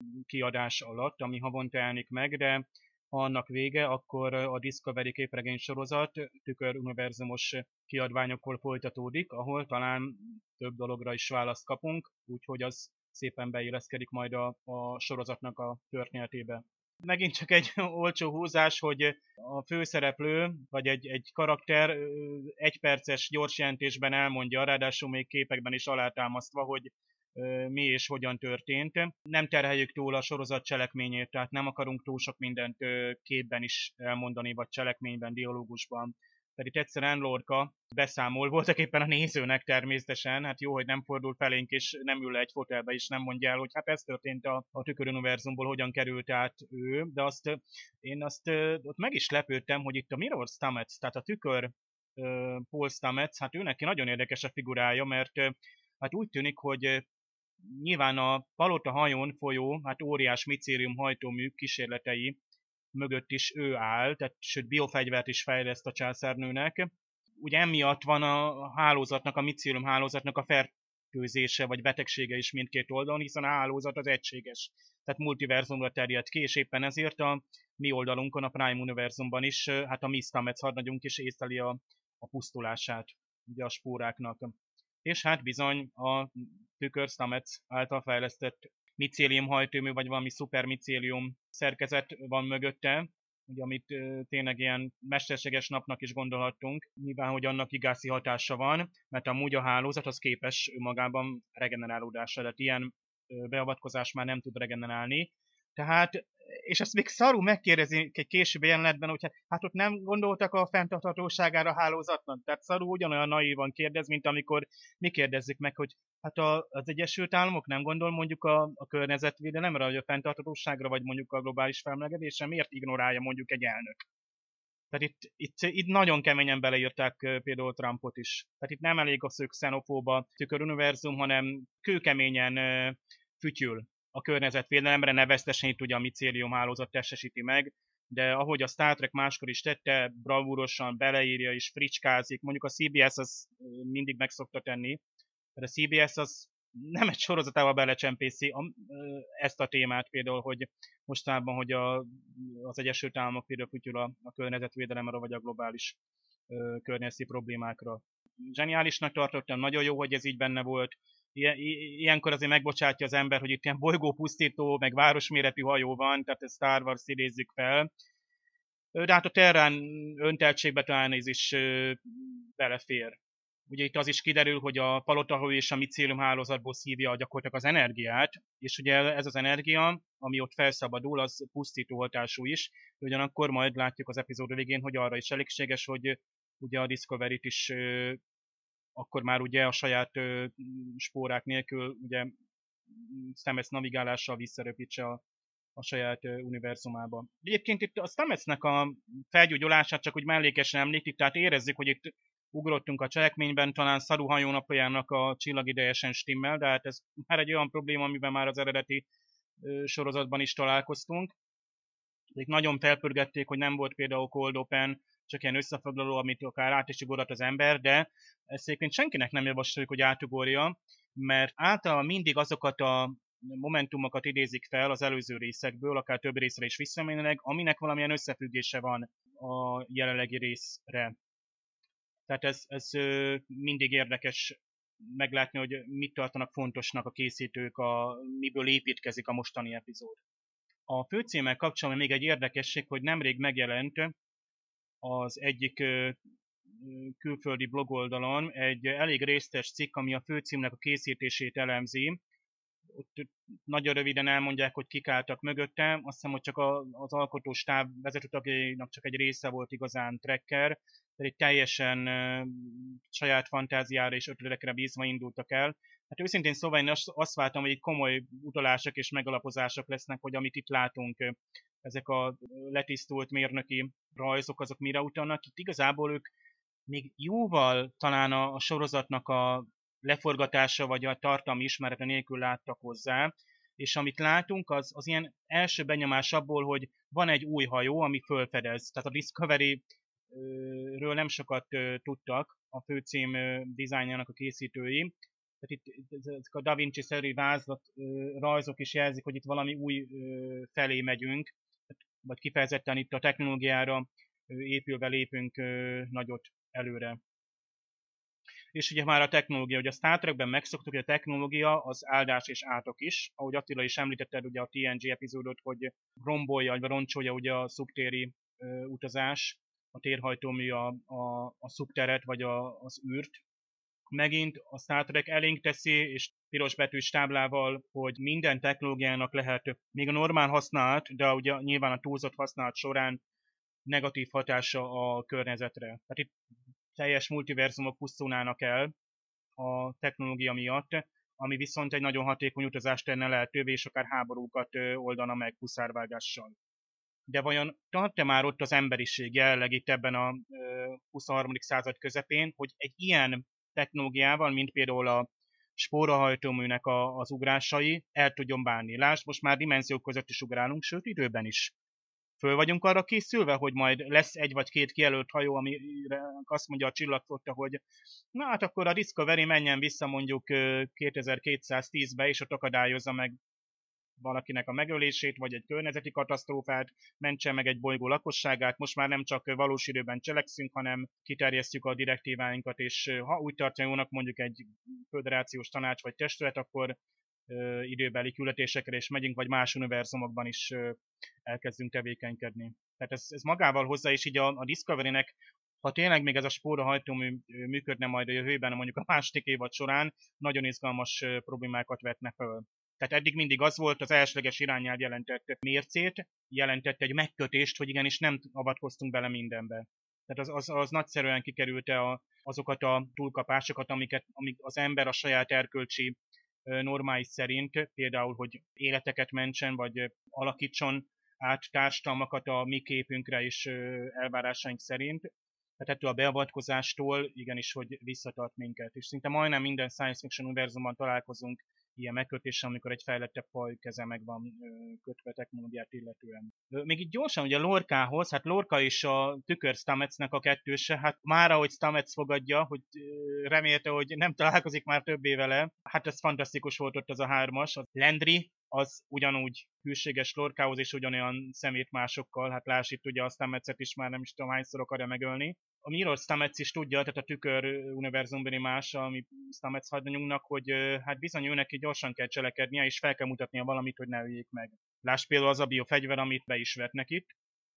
kiadás alatt, ami havonta jelenik meg, de ha annak vége, akkor a Discovery képregény sorozat tükör univerzumos kiadványokból folytatódik, ahol talán több dologra is választ kapunk, úgyhogy az szépen beilleszkedik majd a, a sorozatnak a történetébe. Megint csak egy olcsó húzás, hogy a főszereplő, vagy egy, egy karakter egyperces gyors jelentésben elmondja, ráadásul még képekben is alátámasztva, hogy mi és hogyan történt. Nem terheljük túl a sorozat cselekményét, tehát nem akarunk túl sok mindent képben is elmondani, vagy cselekményben, dialógusban. Tehát itt egyszerűen Lorca beszámol, voltak éppen a nézőnek természetesen, hát jó, hogy nem fordul felénk, és nem ül le egy fotelbe, és nem mondja el, hogy hát ez történt a, a tüköruniverzumból, hogyan került át ő, de azt én azt ott meg is lepődtem, hogy itt a Mirror Stamets, tehát a tükör uh, Paul Stamets, hát ő neki nagyon érdekes a figurája, mert uh, hát úgy tűnik, hogy uh, nyilván a Palota hajón folyó, hát óriás micérium hajtómű kísérletei mögött is ő áll, tehát sőt biofegyvert is fejleszt a császárnőnek. Ugye emiatt van a hálózatnak, a micérium hálózatnak a fertőzése vagy betegsége is mindkét oldalon, hiszen a hálózat az egységes, tehát multiverzumra terjed ki, és éppen ezért a mi oldalunkon, a Prime univerzumban is, hát a mi Stamets hadnagyunk is észleli a, a pusztulását ugye a spóráknak. És hát bizony a tükör Stamets által fejlesztett micélium hajtómű, vagy valami szupermicélium szerkezet van mögötte, ugye, amit uh, tényleg ilyen mesterséges napnak is gondolhattunk, nyilván, hogy annak igászi hatása van, mert amúgy a hálózat az képes magában regenerálódásra, tehát ilyen uh, beavatkozás már nem tud regenerálni. Tehát, és ezt még szarul megkérdezi egy későbbi jelenetben, hogy hát, hát ott nem gondoltak a fenntarthatóságára a hálózatnak. Tehát szarul ugyanolyan naívan kérdez, mint amikor mi kérdezzük meg, hogy hát a, az Egyesült Államok nem gondol mondjuk a, a környezetvédelemre, vagy a fenntarthatóságra, vagy mondjuk a globális felmelegedésre, miért ignorálja mondjuk egy elnök? Tehát itt, itt, itt nagyon keményen beleírták például Trumpot is. Tehát itt nem elég az, hogy xenofóba tüköruniverzum, hanem kőkeményen fütyül a környezetvédelemre, neveztesen itt ugye a micélium hálózat testesíti meg, de ahogy a Star Trek máskor is tette, bravúrosan beleírja és fricskázik, mondjuk a cé bé es az mindig meg szokta tenni, de a cé bé es az nem egy sorozatával belecsempészi ezt a témát például, hogy mostanában, hogy a, az Egyesült Államok például fütyül a, a környezetvédelemre, vagy a globális ö, környezeti problémákra. Zseniálisnak tartottam, nagyon jó, hogy ez így benne volt. Ilyen, ilyenkor azért megbocsátja az ember, hogy itt ilyen bolygópusztító, meg városméretű hajó van, tehát ezt Star Wars idézzük fel. De hát a Terrán önteltségbe talán ez is ö, belefér. Ugye itt az is kiderül, hogy a palotahajó és a micélium hálózatból szívja gyakorlatilag az energiát, és ugye ez az energia, ami ott felszabadul, az pusztító hatású is, ugyanakkor majd látjuk az epizód végén, hogy arra is elégséges, hogy ugye a Discovery-t is ö, akkor már ugye a saját ö, spórák nélkül ugye Stamets navigálással visszaröpítse a, a saját ö, univerzumába. Egyébként itt a Stametsnek a felgyógyulását csak úgy mellékesen említik, tehát érezzük, hogy itt ugrottunk a cselekményben, talán Saru hajónapjának a csillagidejesen stimmel, de hát ez már egy olyan probléma, amiben már az eredeti ö, sorozatban is találkoztunk. Ezek nagyon felpörgették, hogy nem volt például cold open, csak ilyen összefoglaló, amit akár át is ugorhat az ember, de ezt egyébként senkinek nem javasoljuk, hogy átugorja, mert általában mindig azokat a momentumokat idézik fel az előző részekből, akár több részre is visszamenőleg, aminek valamilyen összefüggése van a jelenlegi részre. Tehát ez, ez mindig érdekes meglátni, hogy mit tartanak fontosnak a készítők, a, miből építkezik a mostani epizód. A főcímmel kapcsolatban még egy érdekesség, hogy nemrég megjelent az egyik külföldi blogoldalon egy elég részletes cikk, ami a főcímnek a készítését elemzi. Ott nagyon röviden elmondják, hogy kik álltak mögötte. Azt hiszem, hogy csak az alkotóstáb vezetőtagjainak csak egy része volt igazán trekker, pedig teljesen uh, saját fantáziára és ötletekre bízva indultak el. Hát őszintén szóval én azt, azt vártam, hogy itt komoly utalások és megalapozások lesznek, hogy amit itt látunk, ezek a letisztult mérnöki rajzok, azok mire utalnak. Itt igazából ők még jóval talán a, a sorozatnak a leforgatása vagy a tartalmi ismerete nélkül láttak hozzá, és amit látunk, az, az ilyen első benyomás abból, hogy van egy új hajó, ami fölfedez. Tehát a Discovery-ről nem sokat tudtak a főcím dizájnjának a készítői. Tehát itt ezek a Da Vinci-szerű vázlat rajzok is jelzik, hogy itt valami új felé megyünk, vagy kifejezetten itt a technológiára épülve lépünk nagyot előre. És ugye már a technológia, ugye a Star Trekben megszoktuk, hogy a technológia az áldás és átok is. Ahogy Attila is említetted ugye a té en gé epizódot, hogy rombolja, vagy roncsolja ugye a szubtéri ö, utazás, a térhajtómű a, a, a szubteret, vagy a, az űrt. Megint a Star Trek elénk teszi, és piros betűs táblával, hogy minden technológiának lehet még a normál használat, de ugye nyilván a túlzott használat során negatív hatása a környezetre. Tehát itt teljes multiverzumok pusztulnának el a technológia miatt, ami viszont egy nagyon hatékony utazást tenne lehetővé, és akár háborúkat oldana meg huszárvágással. De vajon tart-e már ott az emberiség jelenleg itt ebben a huszonharmadik század közepén, hogy egy ilyen technológiával, mint például a spórahajtóműnek a, az ugrásai, el tudjon bánni? Lásd, most már dimenziók között is ugrálunk, sőt időben is. Föl vagyunk arra készülve, hogy majd lesz egy vagy két kijelölt hajó, amire azt mondja a csillagflotta, hogy na hát akkor a Discovery menjen vissza mondjuk kétezer-kétszáztízbe, és ott akadályozza meg valakinek a megölését, vagy egy környezeti katasztrófát, mentse meg egy bolygó lakosságát. Most már nem csak valós időben cselekszünk, hanem kiterjesztjük a direktíváinkat, és ha úgy tartja jónak mondjuk egy föderációs tanács vagy testület, akkor ö, időbeli küldetésekre is megyünk, vagy más univerzumokban is ö, elkezdünk tevékenykedni. Tehát ez, ez magával hozzá, és így a, a Discovery-nek, ha tényleg még ez a spórahajtómű működne majd a jövőben, mondjuk a második évad során, nagyon izgalmas ö, problémákat vetne föl. Tehát eddig mindig az volt, az elsőleges irányelv jelentett mércét, jelentett egy megkötést, hogy igenis nem avatkoztunk bele mindenbe. Tehát az, az, az nagyszerűen kikerülte a, azokat a túlkapásokat, amiket, amik az ember a saját erkölcsi normái szerint, például, hogy életeket mentsen, vagy alakítson át társadalmakat a mi képünkre és elvárásaink szerint. Tehát ettől a beavatkozástól igenis, hogy visszatart minket. És szinte majdnem minden science fiction univerzumban találkozunk ilyen megkötéssel, amikor egy fejlettebb faj keze meg van kötve technológiát illetően. Még itt gyorsan, ugye Lorcahoz, hát Lorca és a tükör Stametsnek a kettőse, hát már ahogy Stamets fogadja, hogy remélte, hogy nem találkozik már többé vele, hát ez fantasztikus volt ott az a hármas. A Landry, az ugyanúgy hűséges Lorcahoz és ugyanolyan szemét másokkal, hát láss itt ugye a Stametset is már nem is tudom hányszor akarja megölni. A Mirror Stamets is tudja, tehát a tükör univerzumbeli más, ami Stamets hadnagyunknak, hogy hát bizony ő neki gyorsan kell cselekednie, és fel kell mutatnia valamit, hogy ne öljék meg. Láss például az a biofegyver, amit be is vetnek itt,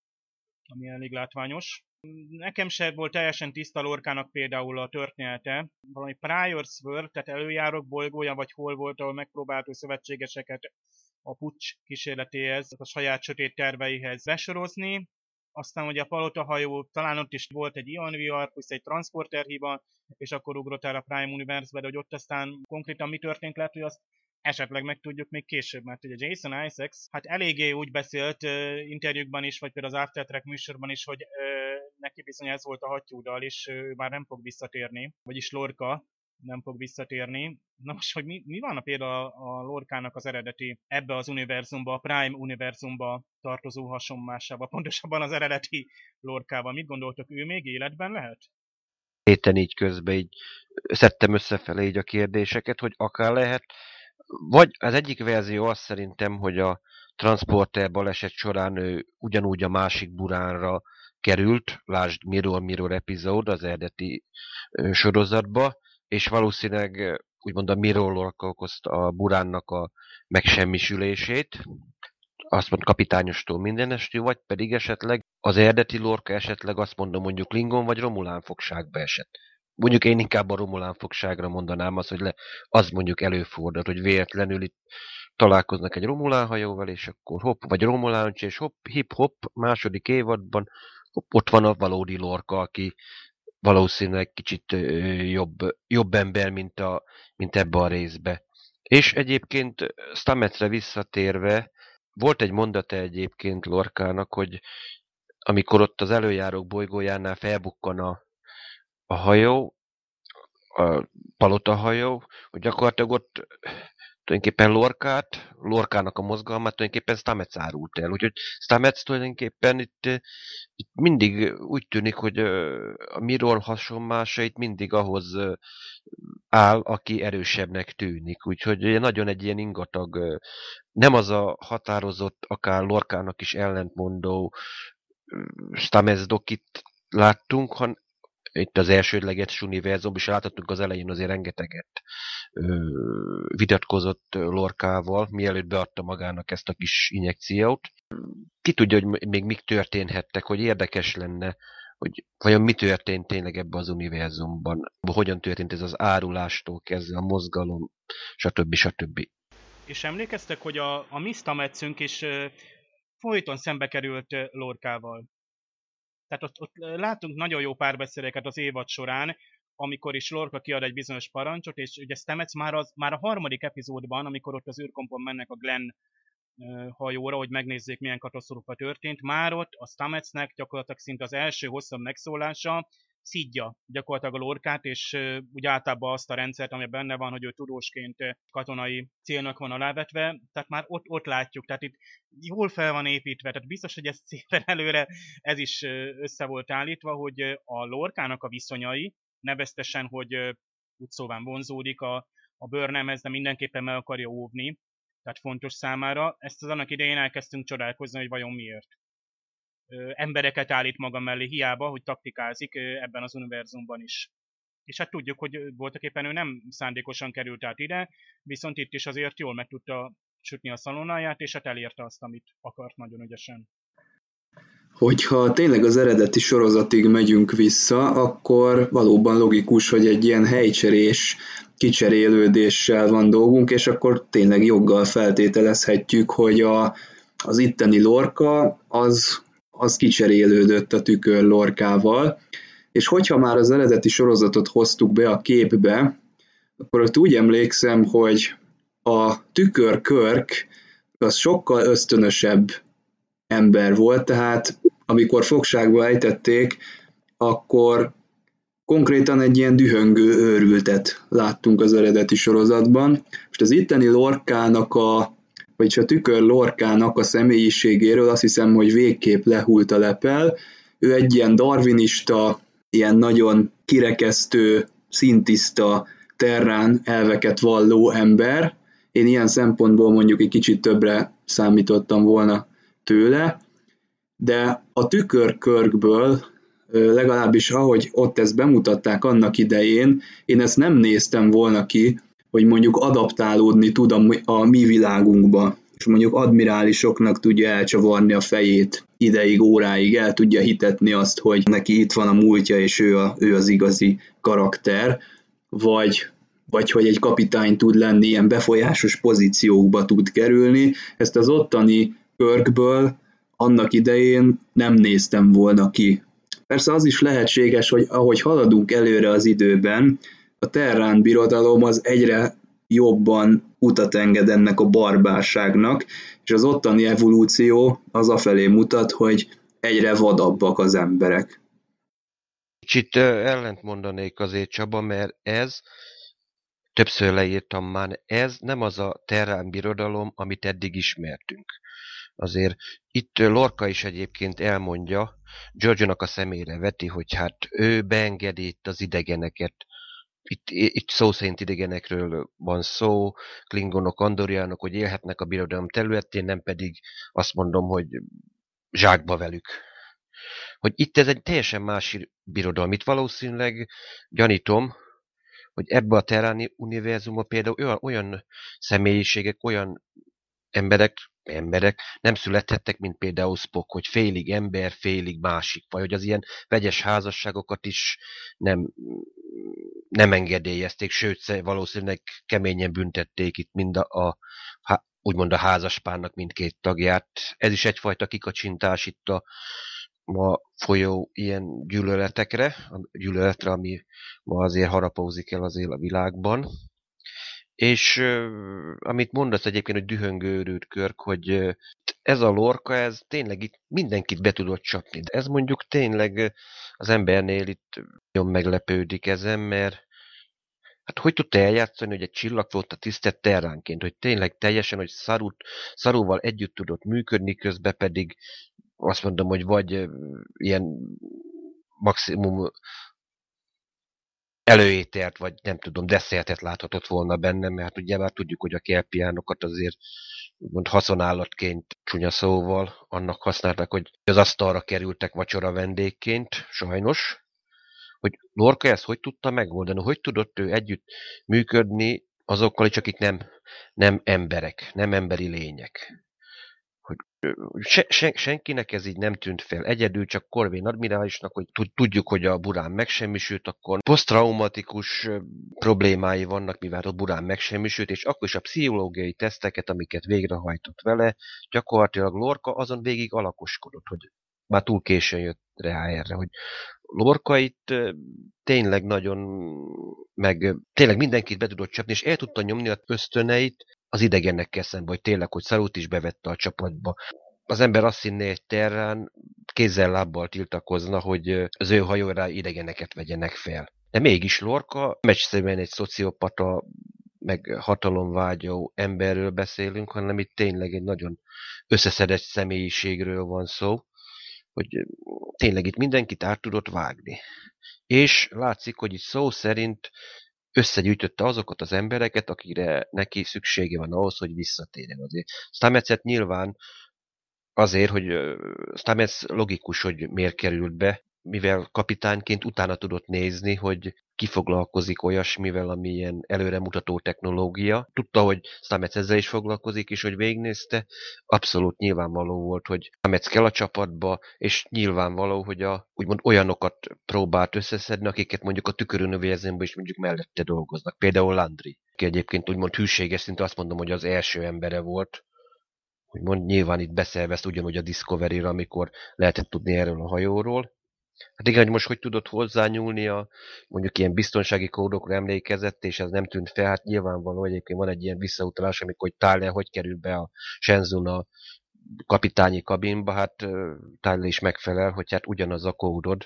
ami elég látványos. Nekem se volt teljesen tiszta Lorcának például a története. Valami Prior's World, tehát előjárok bolygója, vagy hol volt, ahol megpróbált ő szövetségeseket a puccs kísérletéhez, a saját sötét terveihez besorozni. Aztán ugye a palotahajó, talán ott is volt egy ionvihar, plusz egy transporterhiba, és akkor ugrott el a Prime Universe-be, de hogy ott aztán konkrétan mi történt, lehet, hogy azt esetleg megtudjuk még később, mert ugye Jason Isaacs hát eléggé úgy beszélt uh, interjúkban is, vagy például az After Track műsorban is, hogy uh, neki bizony ez volt a hattyúdal, és ő uh, már nem fog visszatérni, vagyis Lorca nem fog visszatérni. Na most, hogy mi, mi van a például a, a Lorcának az eredeti ebbe az univerzumba, a Prime univerzumba tartozó hasonlásával, pontosabban az eredeti Lorcával. Mit gondoltok, ő még életben lehet? Héten így közben így szedtem összefele így a kérdéseket, hogy akár lehet. Vagy az egyik verzió az szerintem, hogy a transporter baleset során ő ugyanúgy a másik buránra került, lásd Mirror Mirror epizód az eredeti sorozatba, és valószínűleg úgymond a Mirror Lorca okozta a buránnak a megsemmisülését, azt mondta kapitányostól mindenestől, vagy pedig esetleg az eredeti Lorca esetleg azt mondom mondjuk Klingon vagy Romulán fogságba esett. Mondjuk én inkább a Romulán fogságra mondanám az, hogy le, az mondjuk előfordult, hogy véletlenül itt találkoznak egy Romulán hajóval, és akkor hopp, vagy Romulán, és hopp, hip-hop, második évadban hopp, ott van a valódi Lorca, aki valószínűleg kicsit jobb, jobb ember, mint, a, mint ebbe a részbe. És egyébként Stametsre visszatérve, volt egy mondata egyébként Lorcának, hogy amikor ott az előjárók bolygójánál felbukkan a, a hajó, a palotahajó, hogy gyakorlatilag ott tulajdonképpen Lorcát, Lorcának a mozgalmát tulajdonképpen Stamets árult el. Úgyhogy Stamets tulajdonképpen itt, itt mindig úgy tűnik, hogy a Mirror hasonlásait mindig ahhoz áll, aki erősebbnek tűnik. Úgyhogy nagyon egy ilyen ingatag, nem az a határozott, akár Lorcának is ellentmondó Stamets dokit láttunk, hanem itt az elsődleges univerzum, és láthattunk az elején azért rengeteget ö, vitatkozott Lorcával, mielőtt beadta magának ezt a kis injekciót. Ki tudja, hogy még mik történhettek, hogy érdekes lenne, hogy vajon mi történt tényleg ebben az univerzumban, hogyan történt ez az árulástól kezdve, a mozgalom, stb. stb. És emlékeztek, hogy a, a mi Stametsünk is uh, folyton szembe került uh, Lorcával. Tehát ott, ott látunk nagyon jó párbeszédeket az évad során, amikor is Lorca kiad egy bizonyos parancsot, és ugye Stamets már, az, már a harmadik epizódban, amikor ott az űrkompon mennek a Glenn uh, hajóra, hogy megnézzék, milyen katasztrófa történt, már ott a Stametsnek gyakorlatilag szinte az első hosszabb megszólása szidja gyakorlatilag a Lorcát, és uh, úgy általában azt a rendszert, ami benne van, hogy ő tudósként uh, katonai célnak van alávetve, tehát már ott, ott látjuk, tehát itt jól fel van építve, tehát biztos, hogy ez szépen előre ez is uh, össze volt állítva, hogy uh, a Lorcának a viszonyai, neveztesen, hogy uh, úgy szóván vonzódik a, a Burnhamhez, de mindenképpen meg akarja óvni, tehát fontos számára. Ezt az annak idején elkezdtünk csodálkozni, hogy vajon miért. Embereket állít maga mellé, hiába, hogy taktikázik ebben az univerzumban is. És hát tudjuk, hogy voltak éppen ő nem szándékosan került át ide, viszont itt is azért jól meg tudta sütni a szalonáját, és hát elérte azt, amit akart nagyon ügyesen. Hogyha tényleg az eredeti sorozatig megyünk vissza, akkor valóban logikus, hogy egy ilyen helycserés, kicserélődéssel van dolgunk, és akkor tényleg joggal feltételezhetjük, hogy a, az itteni Lorca az az kicserélődött a tükör Lorcával, és hogyha már az eredeti sorozatot hoztuk be a képbe, akkor ott úgy emlékszem, hogy a tükör Kirk az sokkal ösztönösebb ember volt, tehát amikor fogságba ejtették, akkor konkrétan egy ilyen dühöngő őrültet láttunk az eredeti sorozatban. Most az itteni Lorcának a vagyis a tükör Lorcának a személyiségéről azt hiszem, hogy végképp lehult a lepel. Ő egy ilyen darwinista, ilyen nagyon kirekesztő, szintiszta, terrán elveket valló ember. Én ilyen szempontból mondjuk egy kicsit többre számítottam volna tőle, de a tükör Kirkből, legalábbis ahogy ott ezt bemutatták annak idején, én ezt nem néztem volna ki, hogy mondjuk adaptálódni tud a, a mi világunkba, és mondjuk admirálisoknak tudja elcsavarni a fejét ideig, óráig, el tudja hitetni azt, hogy neki itt van a múltja, és ő, a, ő az igazi karakter, vagy, vagy hogy egy kapitány tud lenni, ilyen befolyásos pozíciókba tud kerülni. Ezt az ottani Kirkből annak idején nem néztem volna ki. Persze az is lehetséges, hogy ahogy haladunk előre az időben, a Terrán birodalom az egyre jobban utat enged ennek a barbárságnak, és az ottani evolúció az afelé mutat, hogy egyre vadabbak az emberek. Kicsit ellent mondanék azért, Csaba, mert ez, többször leírtam már, ez nem az a Terrán birodalom, amit eddig ismertünk. Azért itt Lorca is egyébként elmondja, Giorgio-nak a szemére veti, hogy hát ő beengedi itt az idegeneket. Itt, itt szó szerint idegenekről van szó, klingonok, andoriánok, hogy élhetnek a birodalom területén, nem pedig azt mondom, hogy zsákba velük. Hogy itt ez egy teljesen más birodalom. Itt valószínűleg gyanítom, hogy ebbe a Terráni univerzumban például olyan, olyan személyiségek, olyan emberek, emberek nem születhettek, mint például Spock, hogy félig ember, félig másik, vagy hogy az ilyen vegyes házasságokat is nem, nem engedélyezték, sőt, valószínűleg keményen büntették itt mind a, a úgymond a házaspárnak mindkét tagját. Ez is egyfajta kikacsintás itt a ma folyó ilyen gyűlöletekre, a gyűlöletre, ami ma azért harapózik el azért a világban. És uh, amit mondasz egyébként, hogy dühöngő őrült Kirk, hogy uh, ez a Lorca, ez tényleg itt mindenkit be tudott csapni. De ez mondjuk tényleg az embernél itt nagyon meglepődik ezen, mert Hát hogy tudta eljátszani, hogy egy csillagflotta tisztet terránként, hogy tényleg teljesen, hogy szarút, szarúval együtt tudott működni, közben pedig azt mondom, hogy vagy ö, ilyen maximum előételt, vagy nem tudom, desszertet láthatott volna benne, mert ugye már tudjuk, hogy a kelpiánokat azért úgymond haszonállatként, csúnya szóval, annak használták, hogy az asztalra kerültek vacsora vendégként, sajnos. Hogy Lorca ezt hogy tudta megoldani, hogy tudott ő együtt működni azokkal is, akik nem, nem emberek, nem emberi lények. Hogy se, se, senkinek ez így nem tűnt fel. Egyedül csak Corvin admirálisnak, hogy tudjuk, hogy a Burán megsemmisült, akkor posztraumatikus problémái vannak, mivel a Burán megsemmisült, és akkor is a pszichológiai teszteket, amiket végrehajtott vele, gyakorlatilag Lorca azon végig alakoskodott, hogy már túl későn jött rá erre, hogy Lorca itt tényleg nagyon, meg tényleg mindenkit be tudott csapni, és el tudta nyomni az ösztöneit az idegenekkel szemben, hogy tényleg, hogy Szarút is bevette a csapatba. Az ember azt hinné, hogy Terrán kézzel-lábbal tiltakozna, hogy az ő hajóra idegeneket vegyenek fel. De mégis Lorca meccsszerűen egy szociopata, meg hatalomvágyó emberről beszélünk, hanem itt tényleg egy nagyon összeszedett személyiségről van szó, hogy tényleg itt mindenkit át tudott vágni. És látszik, hogy itt szó szerint összegyűjtötte azokat az embereket, akire neki szüksége van ahhoz, hogy visszatérjen azért. Stamets-et nyilván azért, hogy Stamets logikus, hogy miért került be, mivel kapitányként utána tudott nézni, hogy ki foglalkozik olyasmivel, ami ilyen előremutató technológia. Tudta, hogy Stamets ezzel is foglalkozik, és hogy végignézte. Abszolút nyilvánvaló volt, hogy Stamets kell a csapatba, és nyilvánvaló, hogy a, úgymond olyanokat próbált összeszedni, akiket mondjuk a tükörönövérzőmben is mondjuk mellette dolgoznak. Például Landry, aki egyébként úgymond hűséges, szinte azt mondom, hogy az első embere volt, úgymond nyilván itt beszervezt ugyanúgy a Discovery-ra, amikor lehetett tudni erről a hajóról. Hát igen, hogy most hogy tudott hozzányúlni a mondjuk ilyen biztonsági kódokra emlékezett, és ez nem tűnt fel, hát nyilvánvaló, egyébként van egy ilyen visszautalás, amikor hogy Tyler hogy került be a Shenzhen a kapitányi kabinba, hát Tyler is megfelel, hogy hát ugyanaz a kódod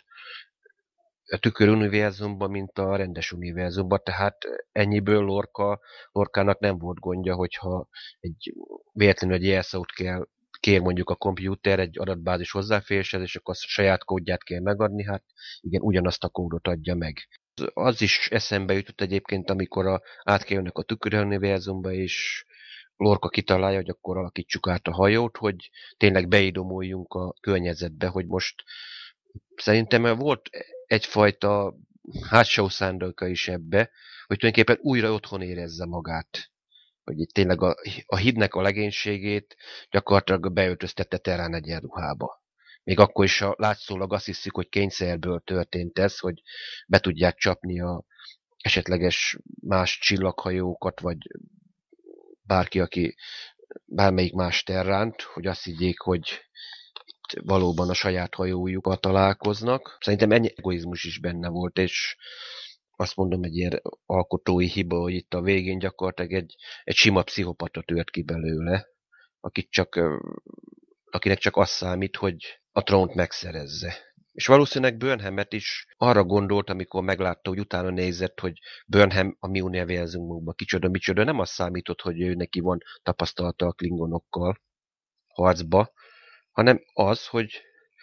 a tükör univerzumban, mint a rendes univerzumban, tehát ennyiből Lorca, Lorcának nem volt gondja, hogyha egy véletlenül egy jelszót kell kér mondjuk a komputer egy adatbázis hozzáféréshez, és akkor a saját kódját kell megadni, hát igen, ugyanazt a kódot adja meg. Az is eszembe jutott egyébként, amikor a, átkerülnek a tüköruniverzumba, és Lorca kitalálja, hogy akkor alakítsuk át a hajót, hogy tényleg beidomuljunk a környezetbe, hogy most szerintem volt egyfajta hátsó szándéka is ebbe, hogy tulajdonképpen újra otthon érezze magát. Hogy itt tényleg a, a hídnek a legénységét gyakorlatilag beöltöztette Terrán egyenruhába. Még akkor is a, látszólag azt hiszik, hogy kényszerből történt ez, hogy be tudják csapni a esetleges más csillaghajókat, vagy bárki, aki bármelyik más Terránt, hogy azt higgyék, hogy itt valóban a saját hajójukkal találkoznak. Szerintem ennyi egoizmus is benne volt, és azt mondom, egy ilyen alkotói hiba, hogy itt a végén gyakorlatilag egy, egy sima pszichopata tört ki belőle, akit csak, akinek csak az számít, hogy a trónt megszerezze. És valószínűleg Burnhamet is arra gondolt, amikor meglátta, hogy utána nézett, hogy Burnham a mi univerzumunkban kicsoda, micsoda, nem az számított, hogy ő neki van tapasztalata a klingonokkal harcba, hanem az, hogy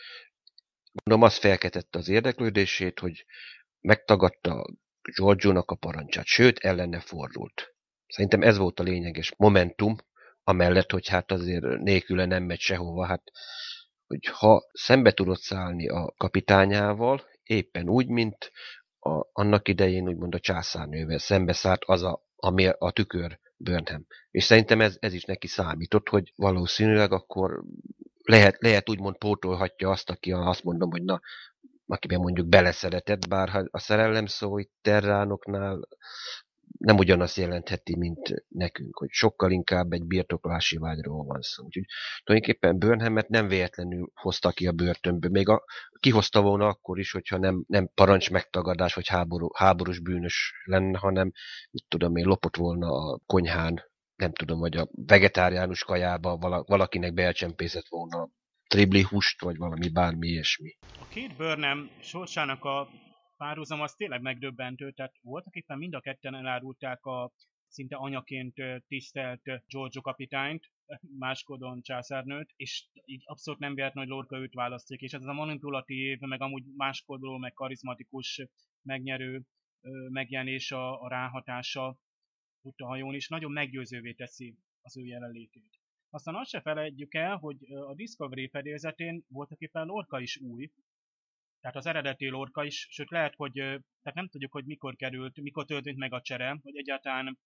mondom, az felkeltette az érdeklődését, hogy megtagadta Giorgio-nak a parancsát, sőt, ellene fordult. Szerintem ez volt a lényeges momentum, amellett, hogy hát azért nélküle nem megy sehova, hát, hogy ha szembe tudott szállni a kapitányával, éppen úgy, mint a, annak idején úgymond a császárnővel szembe szállt az a, ami a tükör Burnham. És szerintem ez, ez is neki számított, hogy valószínűleg akkor lehet, lehet úgymond pótolhatja azt, aki azt mondom, hogy na, akiben mondjuk beleszeretett, bár a szerelem szó itt terránoknál nem ugyanazt jelentheti, mint nekünk, hogy sokkal inkább egy birtoklási vágyról van szó. Úgyhogy tulajdonképpen Burnhamet nem véletlenül hozta ki a börtönből. Még a, kihozta volna akkor is, hogyha nem, nem parancs megtagadás, vagy háború, háborús bűnös lenne, hanem, mit tudom én, lopott volna a konyhán, nem tudom, vagy a vegetáriánus kajába valakinek beelcsempészett volna tribli húst, vagy valami bármi ilyesmi. A két Burnham sorsának a párhuzam az tényleg megdöbbentő, tehát voltak éppen mind a ketten elárulták a szinte anyaként tisztelt Giorgio kapitányt, máskodon császárnőt, és így abszolút nem véletlen, hogy Lorca őt választék, és ez a manipulatív, meg amúgy máskodó, meg karizmatikus, megnyerő megjelenés, a, a ráhatása ott a hajón is nagyon meggyőzővé teszi az ő jelenlétét. Aztán azt se felejtjük el, hogy a Discovery fedélzetén voltak éppen Lorca is új, tehát az eredeti Lorca is, sőt lehet, hogy tehát nem tudjuk, hogy mikor került, mikor történt meg a csere, hogy egyáltalán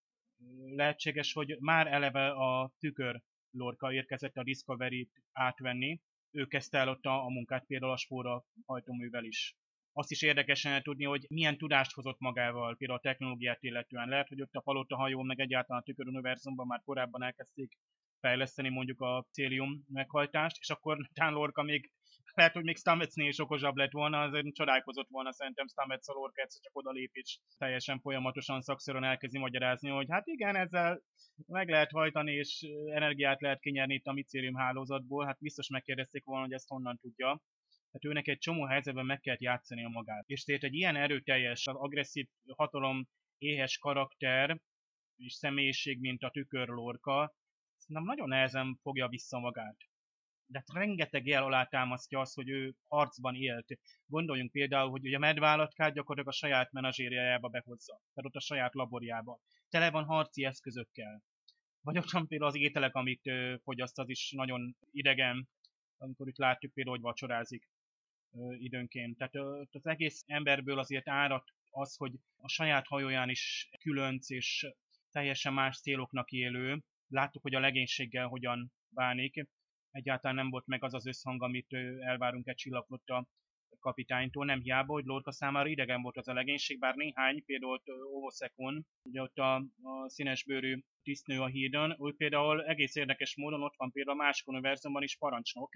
lehetséges, hogy már eleve a tükör Lorca érkezett a Discovery-t átvenni, ő kezdte el ott a, a munkát például a spóra hajtóművel is. Azt is érdekesen tudni, hogy milyen tudást hozott magával, például a technológiát illetően. Lehet, hogy ott a palota hajón, meg egyáltalán a tükör univerzumban már korábban elkezdték fejleszteni mondjuk a Célium meghajtást, és akkor talán Lorca még lehet, hogy még Stametsnél is okosabb lett volna, azért csodálkozott volna szerintem Stamets a Lorca egyszer csak odalép, és teljesen folyamatosan szakszerűen elkezdi magyarázni, hogy hát igen, ezzel meg lehet hajtani, és energiát lehet kinyerni itt a micérium hálózatból, hát biztos megkérdezték volna, hogy ezt honnan tudja. Tehát őnek egy csomó helyzetben meg kellett játszani a magát. És tehát egy ilyen erőteljes, agresszív, hatalom éhes karakter és személyiség, mint a tükör Lorca, szerintem nagyon nehezen fogja vissza magát. De hát rengeteg jel alátámasztja azt, hogy ő harcban élt. Gondoljunk például, hogy ugye a medvállatkát gyakorlatilag a saját menedzsériájába behozza, tehát ott a saját laborjába. Tele van harci eszközökkel. Vagy ott van például az ételek, amit ö, fogyaszt, az is nagyon idegen, amikor itt látjuk például, hogy vacsorázik ö, időnként. Tehát ö, az egész emberből azért árad az, hogy a saját hajóján is különc és teljesen más céloknak élő. Láttuk, hogy a legénységgel hogyan bánik. Egyáltalán nem volt meg az az összhang, amit elvárunk egy csillagflotta kapitánytól. Nem hiába, hogy Lorca számára idegen volt az a legénység, bár néhány, például Ovosekon, ugye ott a, a színesbőrű tisztnő a hídon, úgy például egész érdekes módon ott van például a másik univerzumban is parancsnok.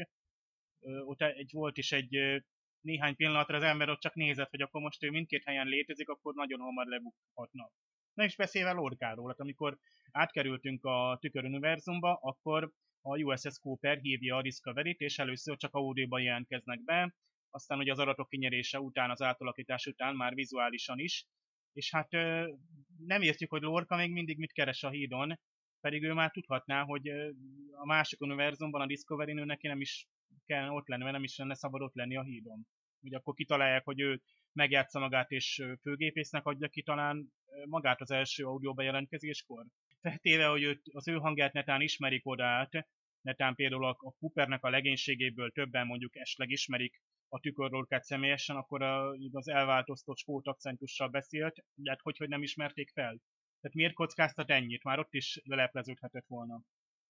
Ott egy, volt is egy néhány pillanatra az ember ott csak nézett, hogy akkor most ő mindkét helyen létezik, akkor nagyon hamar lebukhatnak. Na és beszélve Lorcáról, hát amikor átkerültünk a tükör univerzumba, akkor a U S S Cooper hívja a Discovery-t, és először csak audióban jelentkeznek be, aztán ugye az adatok kinyerése után, az átalakítás után már vizuálisan is, és hát nem értjük, hogy Lorca még mindig mit keres a hídon, pedig ő már tudhatná, hogy a másik univerzumban, a Discovery-n ő neki nem is kell ott lenni, mert nem is lenne szabad ott lenni a hídon. Ugye akkor kitalálják, hogy ő megjátsza magát és főgépésznek adja ki talán magát az első audio bejelentkezéskor. Feltéve, hogy őt, az ő hangját netán ismerik oda át, netán például a, a Coopernek a legénységéből többen mondjuk esetleg ismerik a tükör Lorcát személyesen, akkor a, az elváltoztott skót akcentussal beszélt, de hát hogy, hogy nem ismerték fel. Tehát miért kockáztat ennyit? Már ott is lelepleződhetett volna.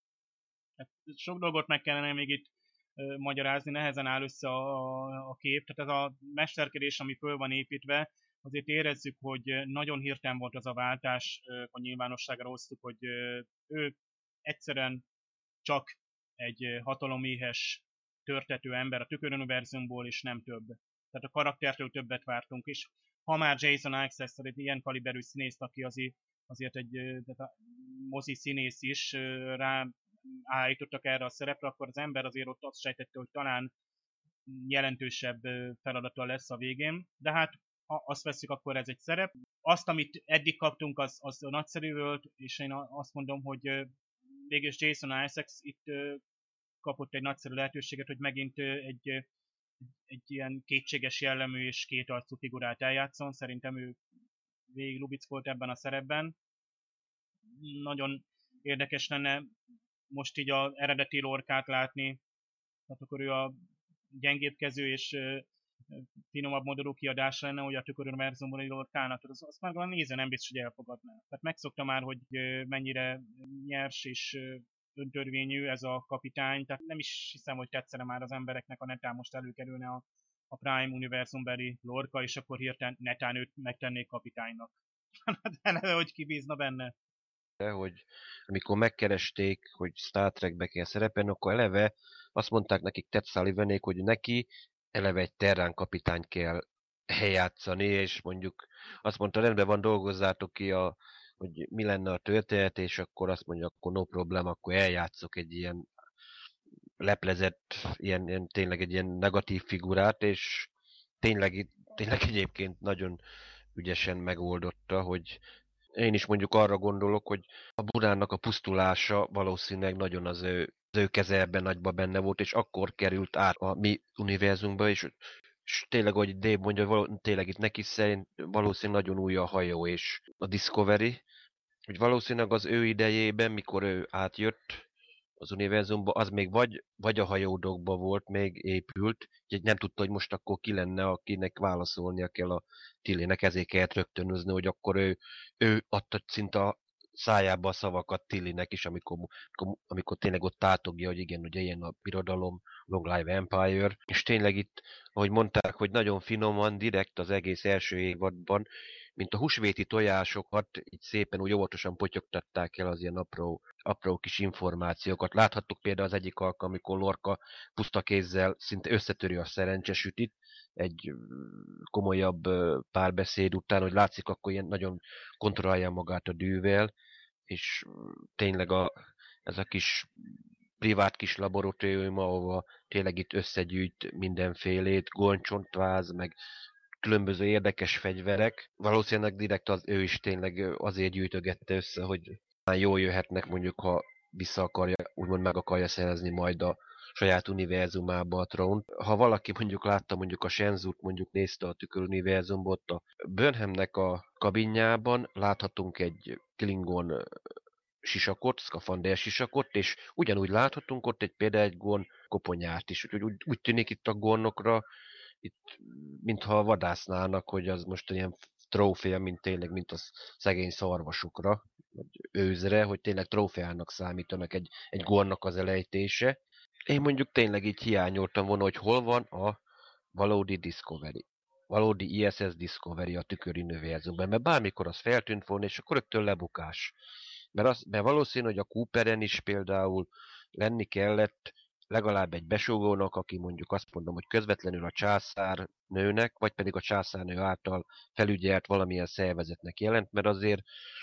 Hát sok dolgot meg kellene még itt uh, magyarázni, nehezen áll össze a, a kép. Tehát ez a mesterkedés, ami föl van építve, azért érezzük, hogy nagyon hirtelen volt az a váltás, a nyilvánosságra hoztuk, hogy ő egyszerűen csak egy hataloméhes, törtető ember a tüköruniverzumból, és nem több. Tehát a karaktertől többet vártunk is. Ha már Jason Isaacs, egy ilyen kaliberű színész, aki azért, azért egy tehát a mozi színész is rá állítottak erre a szerepre, akkor az ember azért ott azt sejtette, hogy talán jelentősebb feladata lesz a végén. De hát ha azt veszük, akkor ez egy szerep. Azt, amit eddig kaptunk, az, az nagyszerű volt, és én azt mondom, hogy végül Jason Isaacs itt kapott egy nagyszerű lehetőséget, hogy megint egy, egy ilyen kétséges jellemű és kétarcú figurát eljátszon. Szerintem ő végig lubickolt ebben a szerepben. Nagyon érdekes lenne most így az eredeti Lorcát látni, tehát akkor ő a gyengébbkező és finomabb modorú kiadása lenne, hogy a tüköruniverzumban egy Lorcának, az, azt már a néző nem biztos, hogy elfogadná. Tehát megszokta már, hogy mennyire nyers és öntörvényű ez a kapitány, tehát nem is hiszem, hogy tetszene már az embereknek, a netán most előkerülne a, a Prime univerzumbeli Lorca, és akkor hirtelen netán őt megtennék kapitánynak. Eleve, hogy kibízna benne. Hogy amikor megkeresték, hogy Star Trekbe kell szerepelni, akkor eleve azt mondták nekik Ted Sullivanék, hogy neki eleve egy Terrán kapitányt kell eljátszani, és mondjuk azt mondta, rendben van, dolgozzátok ki, a, hogy mi lenne a történet, és akkor azt mondja, akkor no problem, akkor eljátszok egy ilyen leplezett, ilyen, ilyen, tényleg egy ilyen negatív figurát, és tényleg itt tényleg egyébként nagyon ügyesen megoldotta, hogy én is mondjuk arra gondolok, hogy a Burának a pusztulása valószínűleg nagyon az ő, az ő keze ebben nagyban benne volt, és akkor került át a mi univerzumba, és, és tényleg, ahogy Dave mondja, való, tényleg itt neki szerint valószínűleg nagyon új a hajó és a Discovery, hogy valószínűleg az ő idejében, mikor ő átjött az univerzumba, az még vagy, vagy a hajódokba volt, még épült, úgyhogy nem tudta, hogy most akkor ki lenne, akinek válaszolnia kell a Tillynek, ezért kellett rögtönözni, hogy akkor ő, ő adta szinte a szájába a szavakat Tillynek is, amikor, amikor, amikor tényleg ott átogja, hogy igen, ugye ilyen a birodalom, Long Live Empire, és tényleg itt, ahogy mondták, hogy nagyon finoman, direkt az egész első évadban, mint a húsvéti tojásokat, így szépen úgy óvatosan potyogtatták el az ilyen apró, apró kis információkat. Láthattuk például az egyik alkalom, amikor Lorca puszta kézzel szinte összetöri a szerencsesütit egy komolyabb párbeszéd után, hogy látszik, akkor ilyen nagyon kontrollálja magát a dűvel, és tényleg a, ez a kis privát kis laboratórium, ahova tényleg itt összegyűjt mindenfélét, goncsontvaz, meg különböző érdekes fegyverek. Valószínűleg direkt az ő is tényleg azért gyűjtögette össze, hogy már jól jöhetnek mondjuk, ha vissza akarja, úgymond meg akarja szerezni majd a saját univerzumába a trónt. Ha valaki mondjuk látta mondjuk a Shenzhut, mondjuk nézte a Tükör univerzumban, ott a Burnhamnek a kabinjában láthatunk egy Klingon sisakot, szkafander sisakot, és ugyanúgy láthatunk ott egy például egy Gorn koponyát is. Úgyhogy úgy, úgy tűnik itt a Gornokra, itt mintha vadásznának, hogy az most ilyen trófea, mint tényleg, mint a szegény szarvasukra, vagy őzre, hogy tényleg trófeának számítanak egy, egy Gornnak az elejtése. Én mondjuk tényleg így hiányoltam volna, hogy hol van a valódi Discovery. Valódi I S S Discovery a Tükör univerzumban, mert bármikor az feltűnt volna, és akkor rögtön lebukás. Mert, az, mert valószínű, hogy a Cooperen is például lenni kellett legalább egy besúgónak, aki mondjuk azt mondom, hogy közvetlenül a császár nőnek, vagy pedig a császárnő által felügyelt valamilyen szervezetnek jelent, mert azért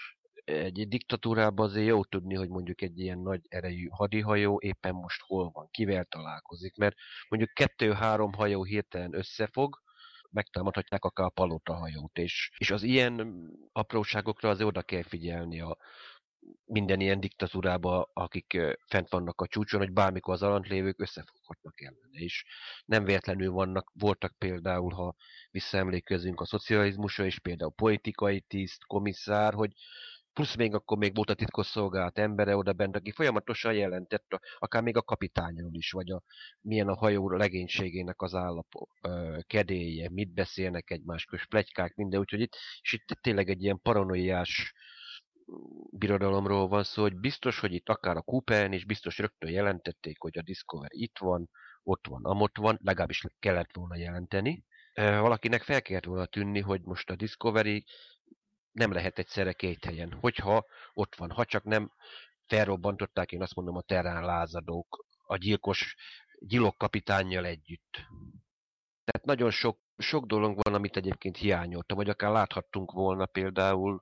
egy diktatúrában azért jó tudni, hogy mondjuk egy ilyen nagy erejű hadihajó éppen most hol van, kivel találkozik, mert mondjuk kettő-három hajó hirtelen összefog, megtámadhatják akár a palotahajót, és, és az ilyen apróságokra azért oda kell figyelni a minden ilyen diktatúrába, akik fent vannak a csúcson, hogy bármikor az alatt lévők összefoghatnak ellene. És nem véletlenül vannak, voltak például, ha visszaemlékezünk a szocializmusra, és például politikai tiszt, komisszár, hogy plusz még akkor még volt a titkosszolgálat embere oda bent, aki folyamatosan jelentett, akár még a kapitányról is, vagy a, milyen a hajó legénységének az állapot, kedélye, mit beszélnek egymás köz, pletykák, minden, úgyhogy itt, és itt tényleg egy ilyen paranoiás birodalomról van szó, hogy biztos, hogy itt akár a Cooperen is biztos rögtön jelentették, hogy a Discovery itt van, ott van, amott van, legalábbis kellett volna jelenteni. Valakinek fel kellett volna tűnni, hogy most a Discovery nem lehet egyszerre két helyen. Hogyha ott van, ha csak nem felrobbantották, én azt mondom, a terrán lázadók, a gyilkos gyilok kapitánnyal együtt. Tehát nagyon sok, sok dolog van, amit egyébként hiányoltam, vagy akár láthattunk volna például,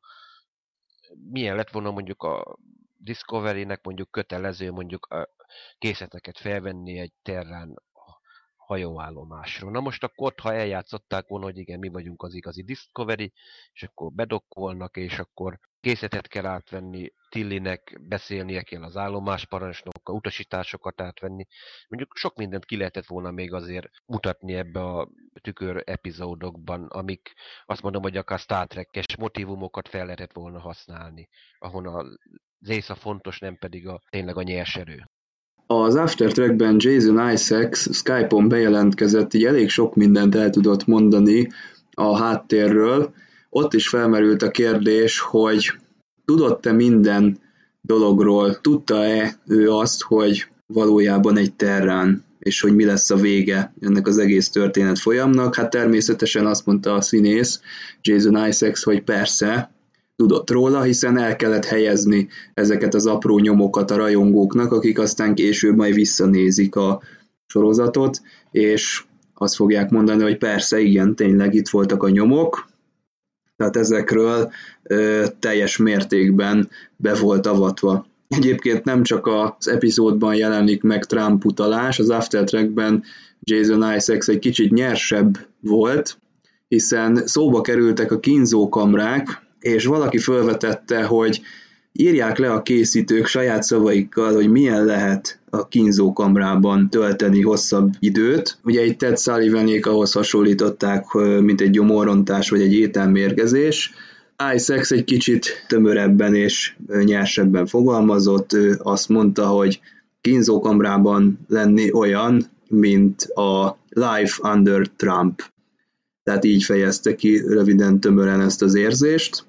milyen lett volna mondjuk a Discovery-nek mondjuk kötelező mondjuk a készleteket felvenni egy terrán hajóállomásról. Na most akkor ott, ha eljátszották volna, hogy igen, mi vagyunk az igazi Discovery, és akkor bedokkolnak, és akkor készletet kell átvenni, Tillynek beszélnie kell az állomásparancsnokkal, utasításokat átvenni. Mondjuk sok mindent ki lehetett volna még azért mutatni ebbe a Tükör epizódokban, amik azt mondom, hogy akár Star Trek-es motivumokat fel lehetett volna használni, ahol az ész fontos, nem pedig a, tényleg a nyerserő. Az After Trackben Jason Isaacs Skype-on bejelentkezett, így elég sok mindent el tudott mondani a háttérről. Ott is felmerült a kérdés, hogy tudott-e minden dologról, tudta-e ő azt, hogy valójában egy terrán, és hogy mi lesz a vége ennek az egész történet folyamnak. Hát természetesen azt mondta a színész, Jason Isaacs, hogy persze, tudott róla, hiszen el kellett helyezni ezeket az apró nyomokat a rajongóknak, akik aztán később majd visszanézik a sorozatot, és azt fogják mondani, hogy persze, igen, tényleg itt voltak a nyomok, tehát ezekről ö, teljes mértékben be volt avatva. Egyébként nem csak az epizódban jelenik meg Trump utalás, az After Trackben Jason Isaacs egy kicsit nyersebb volt, hiszen szóba kerültek a kínzókamrák, és valaki felvetette, hogy írják le a készítők saját szavaikkal, hogy milyen lehet a kínzókamrában tölteni hosszabb időt. Ugye itt Ted Sullivanék ahhoz hasonlították, mint egy gyomorrontás vagy egy ételmérgezés. Isaacs egy kicsit tömörebben és nyersebben fogalmazott, ő azt mondta, hogy kínzókamrában lenni olyan, mint a Life Under Trump. Tehát így fejezte ki röviden, tömören ezt az érzést.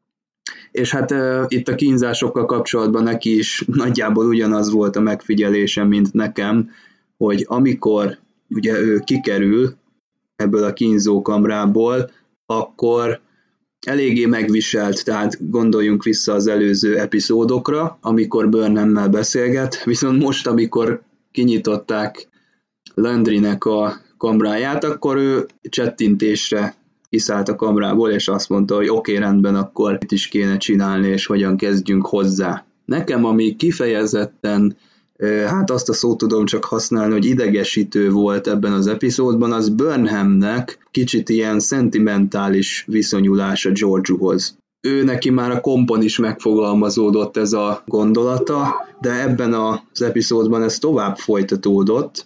És hát e, itt a kínzásokkal kapcsolatban neki is nagyjából ugyanaz volt a megfigyelése, mint nekem, hogy amikor ugye ő kikerül ebből a kínzókamrából, akkor eléggé megviselt, tehát gondoljunk vissza az előző epizódokra, amikor Burnhammel beszélget, viszont most, amikor kinyitották Landrynek a kamráját, akkor ő csettintésre kiszállt a kamrából, és azt mondta, hogy oké, okay, rendben, akkor mit is kéne csinálni, és hogyan kezdjünk hozzá. Nekem, ami kifejezetten, hát azt a szót tudom csak használni, hogy idegesítő volt ebben az epizódban, az Burnhamnek kicsit ilyen szentimentális viszonyulása Georgiouhoz. Ő neki már a kompon is megfogalmazódott ez a gondolata, de ebben az epizódban ez tovább folytatódott,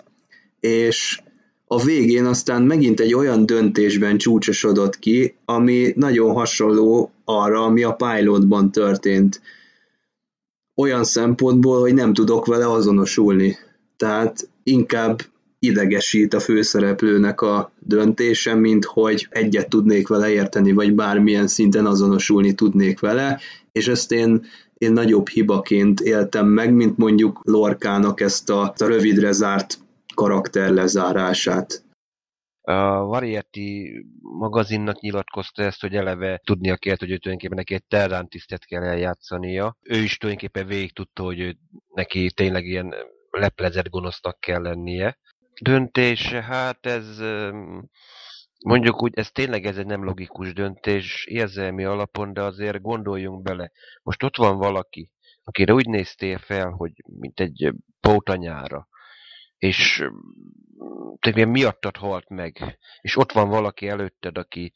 és a végén aztán megint egy olyan döntésben csúcsosodott ki, ami nagyon hasonló arra, ami a pilotban történt. Olyan szempontból, hogy nem tudok vele azonosulni. Tehát inkább idegesít a főszereplőnek a döntése, mint hogy egyet tudnék vele érteni, vagy bármilyen szinten azonosulni tudnék vele, és ezt én, én nagyobb hibaként éltem meg, mint mondjuk Lorkának ezt a, a rövidre zárt karakter lezárását. A Variety magazinnak nyilatkozta ezt, hogy eleve tudnia kellett, hogy ő tulajdonképpen neki egy Terran tisztet kell eljátszania. Ő is tulajdonképpen végig tudta, hogy ő, neki tényleg ilyen leplezett gonosznak kell lennie. Döntése, hát ez mondjuk úgy, ez tényleg ez egy nem logikus döntés érzelmi alapon, de azért gondoljunk bele. Most ott van valaki, akire úgy néztél fel, hogy mint egy pótanyára, és tulajdonképpen miattad halt meg, és ott van valaki előtted, aki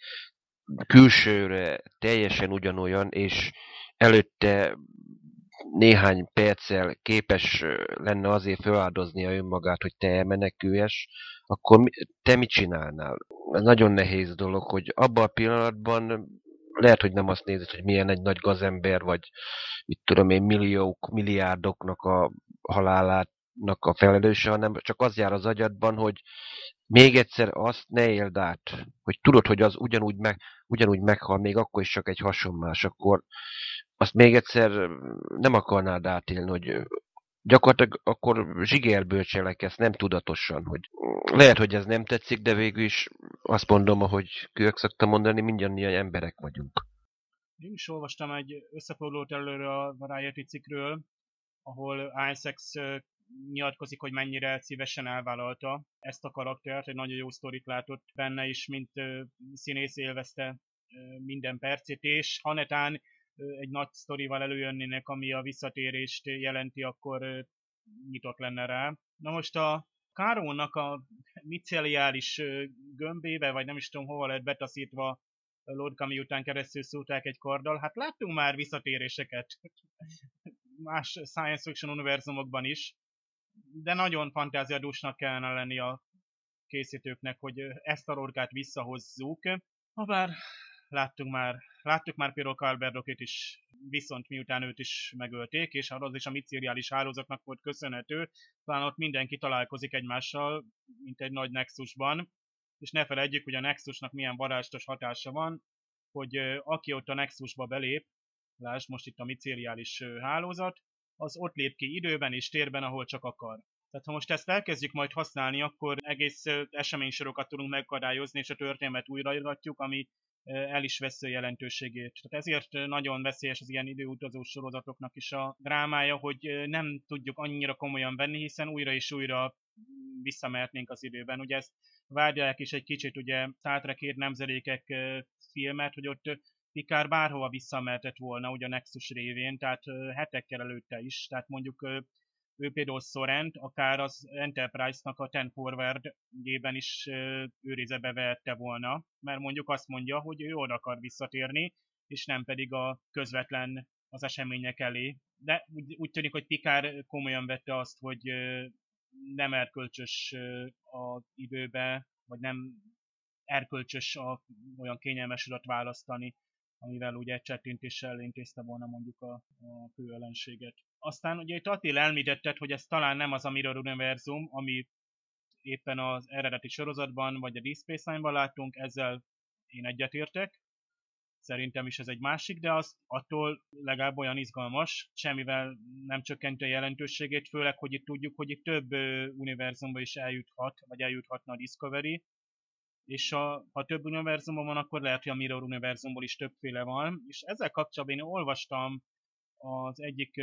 külsőre teljesen ugyanolyan, és előtte néhány perccel képes lenne azért feláldoznia önmagát, hogy te elmeneküljes, akkor te mit csinálnál? Ez nagyon nehéz dolog, hogy abban a pillanatban lehet, hogy nem azt nézed, hogy milyen egy nagy gazember, vagy itt tudom én, milliók, milliárdoknak a halálát a felelőse, hanem csak az jár az agyadban, hogy még egyszer azt ne éld át, hogy tudod, hogy az ugyanúgy, meg, ugyanúgy meghal, még akkor is csak egy hasonlás, akkor azt még egyszer nem akarnád átélni, hogy gyakorlatilag akkor zsigerből cselekedsz, nem tudatosan, hogy lehet, hogy ez nem tetszik, de végül is azt mondom, ahogy Kők szokta mondani, mindannyian emberek vagyunk. Én is olvastam egy összefoglalót előre a Variety cikkről, ahol Isaacs nyilatkozik, hogy mennyire szívesen elvállalta ezt a karaktert, egy nagyon jó sztorit látott benne is, mint színész élvezte minden percét, és ha netán egy nagy sztorival előjönnének, ami a visszatérést jelenti, akkor nyitott lenne rá. Na most a Kárónak a miceliális gömbébe, vagy nem is tudom hova lett betaszítva Lorca, miután keresztül szúrták egy karddal, hát láttunk már visszatéréseket más science fiction univerzumokban is, de nagyon fantáziadúsnak kellene lenni a készítőknek, hogy ezt a Lorcát visszahozzuk. Habár láttunk már, láttuk már például Kalberdokét is, viszont miután őt is megölték, és az is a micériális hálózatnak volt köszönhető, talán ott mindenki találkozik egymással, mint egy nagy Nexusban, és ne feledjük, hogy a Nexusnak milyen varázslatos hatása van, hogy aki ott a Nexusba belép, lásd most itt a micériális hálózat, az ott lép ki időben és térben, ahol csak akar. Tehát ha most ezt elkezdjük majd használni, akkor egész eseménysorokat tudunk megakadályozni, és a történelmet újraírhatjuk, ami el is veszi a jelentőségét. Tehát ezért nagyon veszélyes az ilyen időutazó sorozatoknak is a drámája, hogy nem tudjuk annyira komolyan venni, hiszen újra és újra visszamehetnénk az időben. Ugye ezt várják is egy kicsit, ugye Star Trek hét nemzedékek filmet, hogy ott Picard bárhova visszamehetett volna, ugye a Nexus révén, tehát hetekkel előtte is, tehát mondjuk ő például Sorrent, akár az Enterprise-nak a Ten Forward-jében is őrizetbe vehette volna, mert mondjuk azt mondja, hogy ő oda akar visszatérni, és nem pedig a közvetlen az események elé. De úgy, úgy tűnik, hogy Picard komolyan vette azt, hogy nem erkölcsös az időbe, vagy nem erkölcsös a, olyan kényelmes utat választani, amivel ugye egy csettintéssel intézte volna mondjuk a, a főellenséget. Aztán ugye itt Attila elmítetted, hogy ez talán nem az a Mirror univerzum, ami éppen az eredeti sorozatban, vagy a Deep Space Nine-ban láttunk, ezzel én egyetértek. Szerintem is ez egy másik, de az attól legalább olyan izgalmas, semmivel nem csökkenti a jelentőségét, főleg, hogy itt tudjuk, hogy itt több univerzumba is eljuthat, vagy eljuthatna a Discovery, és a, ha több univerzumban van, akkor lehet, hogy a Mirror univerzumból is többféle van, és ezzel kapcsolatban én olvastam az egyik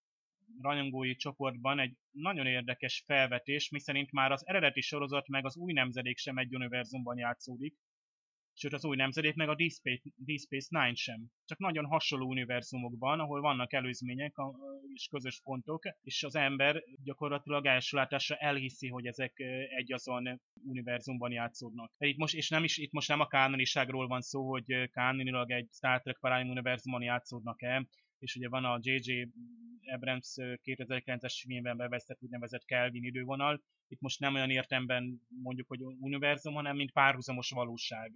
rajongói csoportban egy nagyon érdekes felvetés, miszerint már az eredeti sorozat meg az új nemzedék sem egy univerzumban játszódik, sőt az új nemzedék meg a Deep Space, Deep Space Nine sem. Csak nagyon hasonló univerzumokban, ahol vannak előzmények és közös pontok, és az ember gyakorlatilag első látásra elhiszi, hogy ezek egyazon univerzumban játszódnak. Itt most, és nem is, itt most nem a kánoniságról van szó, hogy kánonilag egy Star Trek Prime univerzumban játszódnak-e, és ugye van a jé jé Abrams kétezer-kilences filmben bevezetett úgynevezett Kelvin idővonal. Itt most nem olyan értelemben mondjuk, hogy univerzum, hanem mint párhuzamos valóság.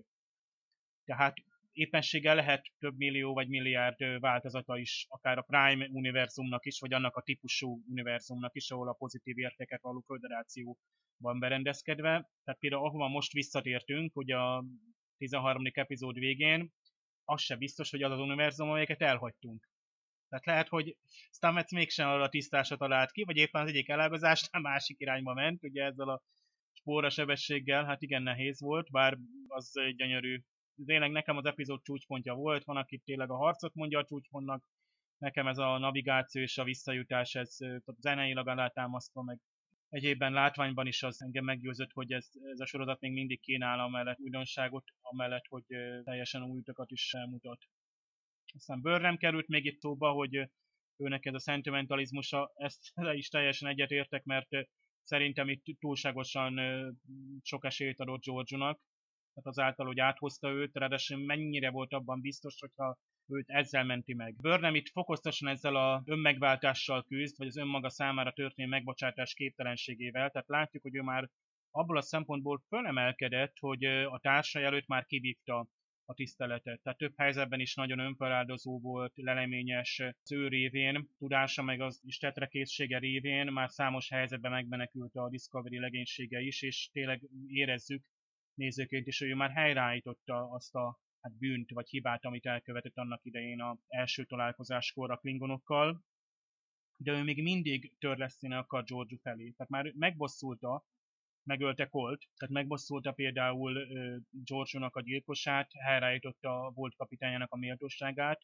Tehát éppenséggel lehet több millió vagy milliárd változata is, akár a Prime univerzumnak is, vagy annak a típusú univerzumnak is, ahol a pozitív értékek való föderáció van berendezkedve. Tehát például ahova most visszatértünk, hogy a tizenharmadik epizód végén, az se biztos, hogy az az univerzum, amelyeket elhagytunk. Tehát lehet, hogy Stamets mégsem arra a tisztásra talált ki, vagy éppen az egyik elágazást a másik irányba ment, ugye ezzel a spóra sebességgel, hát igen nehéz volt, bár az gyönyörű. Tényleg nekem az epizód csúcspontja volt, van, aki tényleg a harcot mondja a csúcspontnak, nekem ez a navigáció és a visszajutás, ez zeneilag alátámasztva, meg egyébben látványban is az engem meggyőzött, hogy ez, ez a sorozat még mindig kínál amellett újdonságot, amellett, hogy teljesen új utakat is mutat. Aztán Burnham került még itt szóba, hogy őnek ez a szentimentalizmusa, ezt is teljesen egyetértek, mert szerintem itt túlságosan sok esélyt adott George-nak, tehát azáltal, hogy áthozta őt, ráadásul mennyire volt abban biztos, hogyha őt ezzel menti meg. Burnham itt fokozatosan ezzel a önmegváltással küzd, vagy az önmaga számára történő megbocsátás képtelenségével, tehát látjuk, hogy ő már abból a szempontból fölemelkedett, hogy a társai előtt már kivívta a tiszteletet. Tehát több helyzetben is nagyon önfeláldozó volt, leleményes az ő révén, tudása meg az is tetrekészsége révén már számos helyzetben megmenekült a Discovery legénysége is, és tényleg érezzük nézőként is, hogy ő már helyreállította azt a hát bűnt vagy hibát, amit elkövetett annak idején az első találkozáskor a klingonokkal, de ő még mindig törleszteni akar George felé. Tehát már megbosszulta, megölte Colt, tehát megbosszulta például uh, George-nak a gyilkosát, helyreállította a volt kapitányának a méltóságát,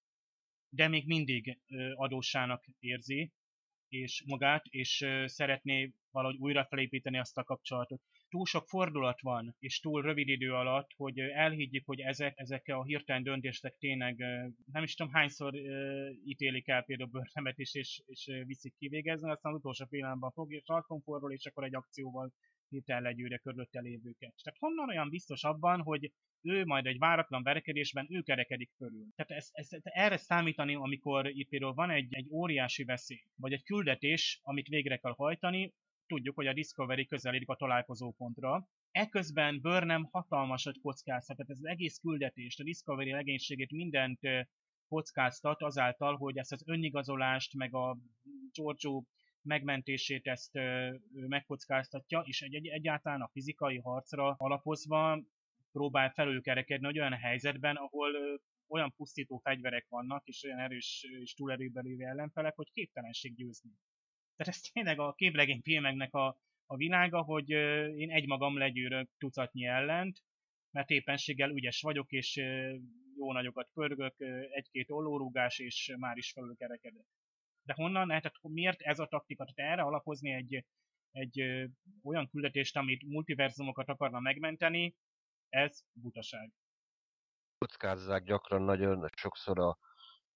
de még mindig uh, adóssának érzi és magát, és uh, szeretné valahogy újra felépíteni azt a kapcsolatot. Túl sok fordulat van, és túl rövid idő alatt, hogy uh, elhiggyük, hogy ezek, ezek a hirtelen döntések tényleg, uh, nem is tudom hányszor uh, ítélik el például Burnhamet is, és, és uh, viszik kivégezni, aztán az utolsó pillanatban fog, és sarkon fordul, és akkor egy akcióval hirtelen legyűrje körülötte lévőket. Tehát honnan olyan biztos abban, hogy ő majd egy váratlan verekedésben ő kerekedik fölül. Tehát ez, ez, erre számítani, amikor itt például van egy, egy óriási veszély, vagy egy küldetés, amit végre kell hajtani, tudjuk, hogy a Discovery közeledik a találkozópontra. Eközben Burnham hatalmasat kockáztat, tehát ez az egész küldetést, a Discovery legénységét mindent kockáztat azáltal, hogy ezt az önigazolást, meg a Giorgio megmentését ezt ö, megkockáztatja, és egy, egy, egyáltalán a fizikai harcra alapozva próbál felülkerekedni egy olyan helyzetben, ahol ö, olyan pusztító fegyverek vannak, és olyan erős és túlerőben lévő ellenfelek, hogy képtelenség győzni. Tehát ez tényleg a képregény filmeknek a, a világa, hogy ö, én egymagam legyűrök tucatnyi ellent, mert éppenséggel ügyes vagyok, és ö, jó nagyokat pörgök, ö, egy-két ollórúgás, és már is felülkerekedek. De honnan? Tehát miért ez a taktika? Tehát erre alapozni egy, egy ö, olyan küldetést, amit multiverzumokat akarna megmenteni, ez butaság. Kockázzák gyakran nagyon sokszor a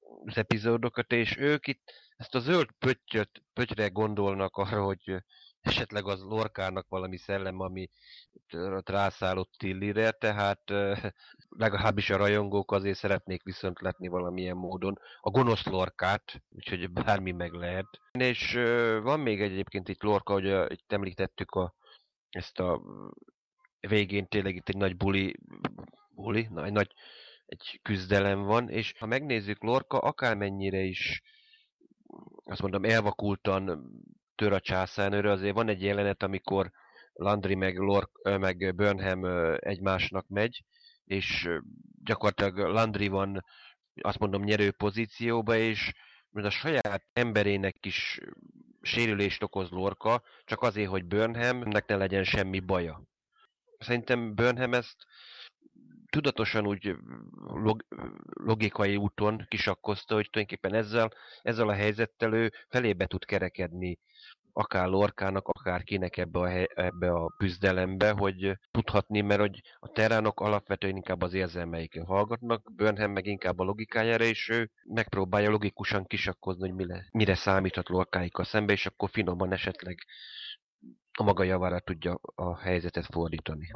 az epizódokat, és ők itt ezt a zöld pöttyöt, pöttyre gondolnak arra, hogy esetleg az Lorkának valami szellem, ami rászállott Tillire, tehát legalábbis a rajongók azért szeretnék viszont látni valamilyen módon a gonosz Lorkát, úgyhogy bármi meg lehet. És van még egyébként itt Lorka, hogy itt említettük a, ezt a végén tényleg itt egy nagy buli, buli, na, egy nagy egy küzdelem van, és ha megnézzük, Lorca akármennyire is, azt mondom, elvakultan tör a császárnőre, azért van egy jelenet, amikor Landry meg, Lorca, meg Burnham egymásnak megy, és gyakorlatilag Landry van, azt mondom, nyerő pozícióba, és a saját emberének is sérülést okoz Lorca, csak azért, hogy Burnhamnek ne legyen semmi baja. Szerintem Burnham ezt tudatosan úgy log, logikai úton kisakkozta, hogy tulajdonképpen ezzel, ezzel a helyzettel ő felébe tud kerekedni akár Lorkának, akár kinek ebbe a, hely, ebbe a küzdelembe, hogy tudhatni, mert hogy a terránok alapvetően inkább az érzelmeikkel hallgatnak, Burnham meg inkább a logikájára, és ő megpróbálja logikusan kisakkozni, hogy mire, mire számíthat Lorkáikkal szembe, és akkor finoman esetleg a maga javára tudja a helyzetet fordítani.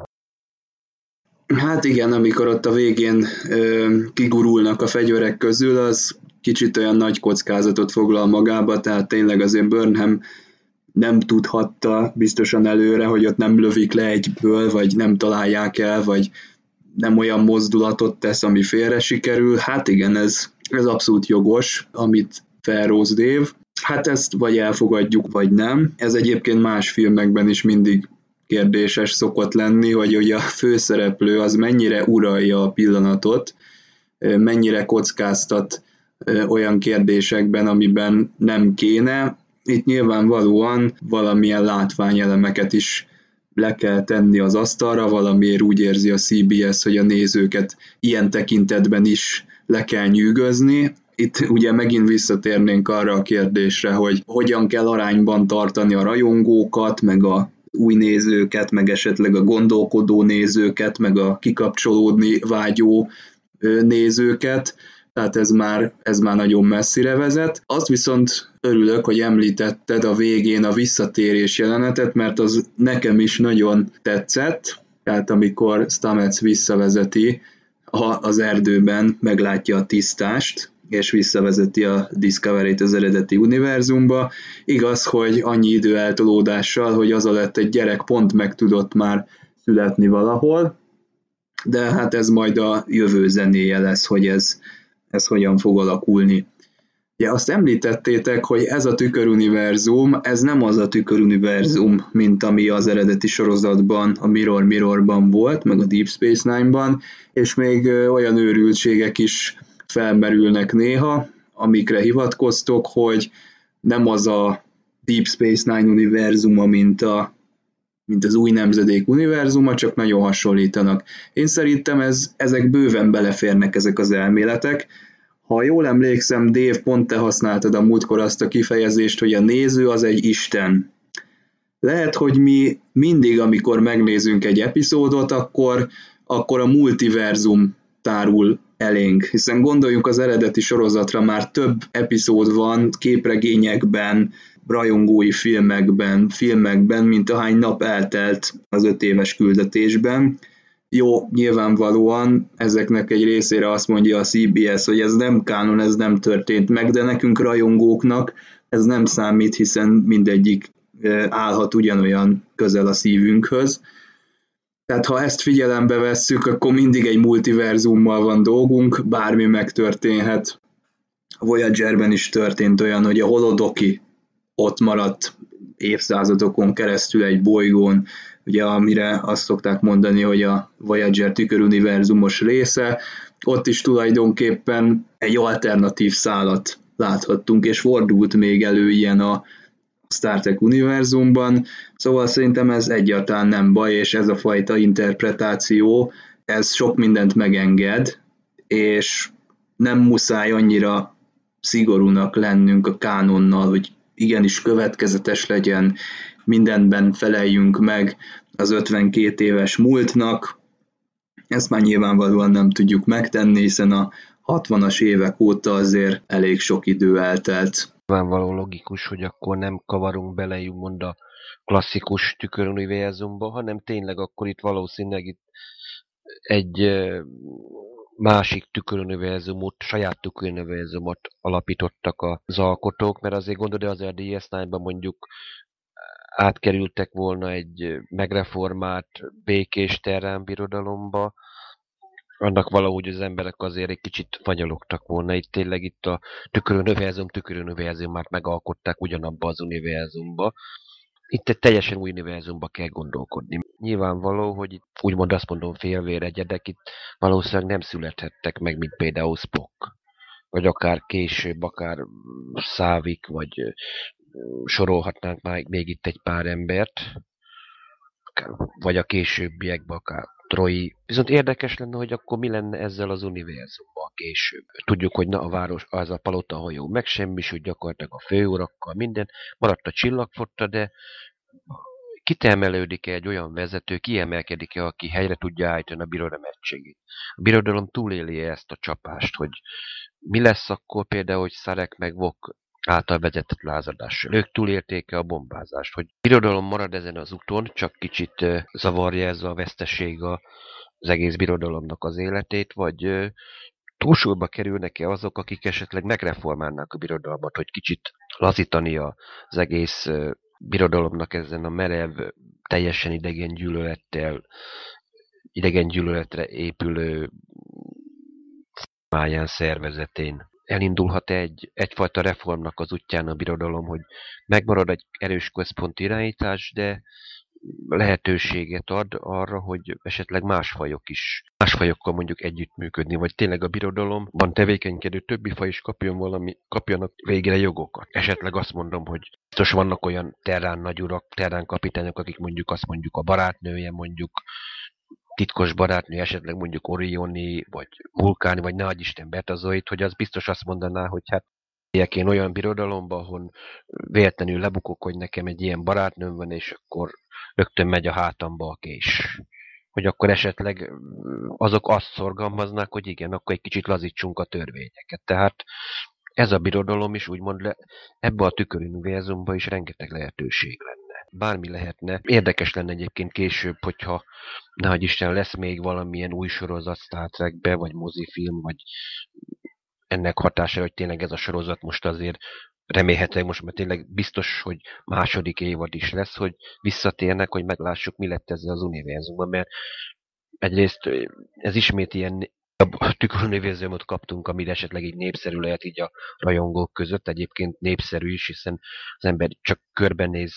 Hát igen, amikor ott a végén ö, kigurulnak a fegyverek közül, az kicsit olyan nagy kockázatot foglal magába, tehát tényleg azért Burnham nem tudhatta biztosan előre, hogy ott nem lövik le egyből, vagy nem találják el, vagy nem olyan mozdulatot tesz, ami félre sikerül. Hát igen, ez, ez abszolút jogos, amit felróz Dave. Hát ezt vagy elfogadjuk, vagy nem. Ez egyébként más filmekben is mindig kérdéses szokott lenni, hogy ugye a főszereplő az mennyire uralja a pillanatot, mennyire kockáztat olyan kérdésekben, amiben nem kéne. Itt nyilvánvalóan valamilyen látványelemeket is le kell tenni az asztalra, valamiért úgy érzi a cé bé es, hogy a nézőket ilyen tekintetben is le kell nyűgözni. Itt ugye megint visszatérnénk arra a kérdésre, hogy hogyan kell arányban tartani a rajongókat, meg a új nézőket, meg esetleg a gondolkodó nézőket, meg a kikapcsolódni vágyó nézőket, tehát ez már, ez már nagyon messzire vezet. Azt viszont örülök, hogy említetted a végén a visszatérés jelenetet, mert az nekem is nagyon tetszett, tehát amikor Stamets visszavezeti az erdőben, meglátja a tisztást, és visszavezeti a Discovery-t az eredeti univerzumba. Igaz, hogy annyi idő eltolódással, hogy az alatt egy gyerek pont meg tudott már születni valahol, de hát ez majd a jövő zenéje lesz, hogy ez, ez hogyan fog alakulni. Ja, azt említettétek, hogy ez a tüköruniverzum, ez nem az a tüköruniverzum, mint ami az eredeti sorozatban, a Mirror Mirrorban volt, meg a Deep Space Nine-ban, és még olyan őrültségek is felmerülnek néha, amikre hivatkoztok, hogy nem az a Deep Space Nine univerzuma, mint, a, mint az új nemzedék univerzuma, csak nagyon hasonlítanak. Én szerintem ez, ezek bőven beleférnek ezek az elméletek. Ha jól emlékszem, Dave, pont te használtad a múltkor azt a kifejezést, hogy a néző az egy isten. Lehet, hogy mi mindig, amikor megnézünk egy epizódot, akkor, akkor a multiverzum tárul elénk, hiszen gondoljunk az eredeti sorozatra, már több epizód van képregényekben, rajongói filmekben, filmekben, mint ahány nap eltelt az öt éves küldetésben. Jó, nyilvánvalóan ezeknek egy részére azt mondja a cé bé es, hogy ez nem kánon, ez nem történt meg, de nekünk rajongóknak ez nem számít, hiszen mindegyik állhat ugyanolyan közel a szívünkhöz. Tehát ha ezt figyelembe vesszük, akkor mindig egy multiverzummal van dolgunk, bármi megtörténhet. A Voyagerben is történt olyan, hogy a holodoki ott maradt évszázadokon keresztül egy bolygón, ugye amire azt szokták mondani, hogy a Voyager tüköruniverzumos része, ott is tulajdonképpen egy alternatív szálat láthattunk, és fordult még elő ilyen a Star Trek univerzumban, szóval szerintem ez egyáltalán nem baj, és ez a fajta interpretáció, ez sok mindent megenged, és nem muszáj annyira szigorúnak lennünk a kánonnal, hogy igenis következetes legyen, mindenben feleljünk meg az ötvenkét éves múltnak. Ezt már nyilvánvalóan nem tudjuk megtenni, hiszen a hatvanas évek óta azért elég sok idő eltelt. Nyilvánvaló logikus, hogy akkor nem kavarunk bele úgymond a klasszikus tüköruniverzumba, hanem tényleg akkor itt valószínűleg itt egy másik tüköruniverzumot, saját tüköruniverzumot alapítottak az alkotók, mert azért gondolod, hogy azért a dé es kilencben mondjuk átkerültek volna egy megreformált, békés terránbirodalomba, annak valahogy az emberek azért egy kicsit fanyalogtak volna. Itt tényleg itt a tüköruniverzum, tüköruniverzumát megalkották ugyanabba az univerzumba. Itt egy teljesen új univerzumba kell gondolkodni. Nyilvánvaló, hogy itt úgymond azt mondom félvéregyedek, itt valószínűleg nem születhettek meg, mint például Spock. Vagy akár később, akár Szávik, vagy sorolhatnánk már még itt egy pár embert. Vagy a későbbiekben akár Troi. Viszont érdekes lenne, hogy akkor mi lenne ezzel az univerzummal később. Tudjuk, hogy na, a város, az a palota hajó megsemmisült, gyakorlatilag a főurakkal, minden. Maradt a csillagflotta, de kitermelődik-e egy olyan vezető, kiemelkedik-e, aki helyre tudja állítani a birodalom egységét. A birodalom túléli ezt a csapást, hogy mi lesz akkor például, hogy Sarek meg Vok által vezetett lázadással. Ők túlélték-e a bombázást, hogy birodalom marad ezen az úton, csak kicsit zavarja ez a veszteség az egész birodalomnak az életét, vagy túlsúlyba kerülnek-e azok, akik esetleg megreformálnák a birodalmat, hogy kicsit lazítani az egész birodalomnak ezen a merev, teljesen idegen gyűlölettel, idegen gyűlöletre épülő máján szervezetén. Elindulhat egy, egyfajta reformnak az útján a birodalom, hogy megmarad egy erős központi irányítás, de lehetőséget ad arra, hogy esetleg más fajok is, más fajokkal mondjuk együttműködni, vagy tényleg a birodalomban tevékenykedő többi faj is kapjon valami, kapjanak végre jogokat. Esetleg azt mondom, hogy biztos vannak olyan terrán nagyurak, terrán kapitányok, akik mondjuk azt mondjuk a barátnője, mondjuk titkos barátnő, esetleg mondjuk Orioni, vagy Vulkáni, vagy ne adj Isten Betazoid, hogy az biztos azt mondaná, hogy hát én olyan birodalomba, ahol véletlenül lebukok, hogy nekem egy ilyen barátnőm van, és akkor rögtön megy a hátamba a kés. Hogy akkor esetleg azok azt szorgalmaznák, hogy igen, akkor egy kicsit lazítsunk a törvényeket. Tehát ez a birodalom is úgymond le, ebbe a tüköruniverzumban is rengeteg lehetőség lenne. Bármi lehetne. Érdekes lenne egyébként később, hogyha nehogy Isten lesz még valamilyen új sorozat Star Trekbe, vagy mozifilm, vagy ennek hatása, hogy tényleg ez a sorozat most azért remélhetőleg most már tényleg biztos, hogy második évad is lesz, hogy visszatérnek, hogy meglássuk, mi lett ezzel az univerzumban, mert egyrészt ez ismét ilyen a tüköruniverzumot kaptunk, amire esetleg így népszerű lehet így a rajongók között, egyébként népszerű is, hiszen az ember csak körbenéz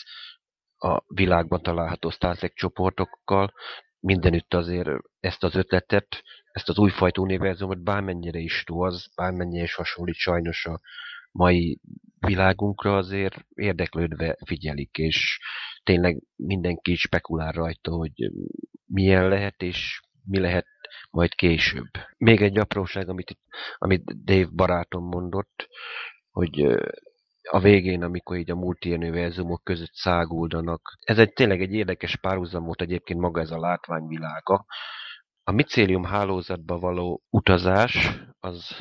a világban található Star Trek csoportokkal, mindenütt azért ezt az ötletet, ezt az újfajta univerzumot bármennyire is túlaz, bármennyire is hasonlít sajnos a mai világunkra, azért érdeklődve figyelik, és tényleg mindenki spekulál rajta, hogy milyen lehet, és mi lehet majd később. Még egy apróság, amit, amit Dave barátom mondott, hogy a végén, amikor így a multiuniverzumok között száguldanak. Ez egy tényleg egy érdekes párhuzam volt egyébként maga ez a látványvilága. A micélium hálózatba való utazás, az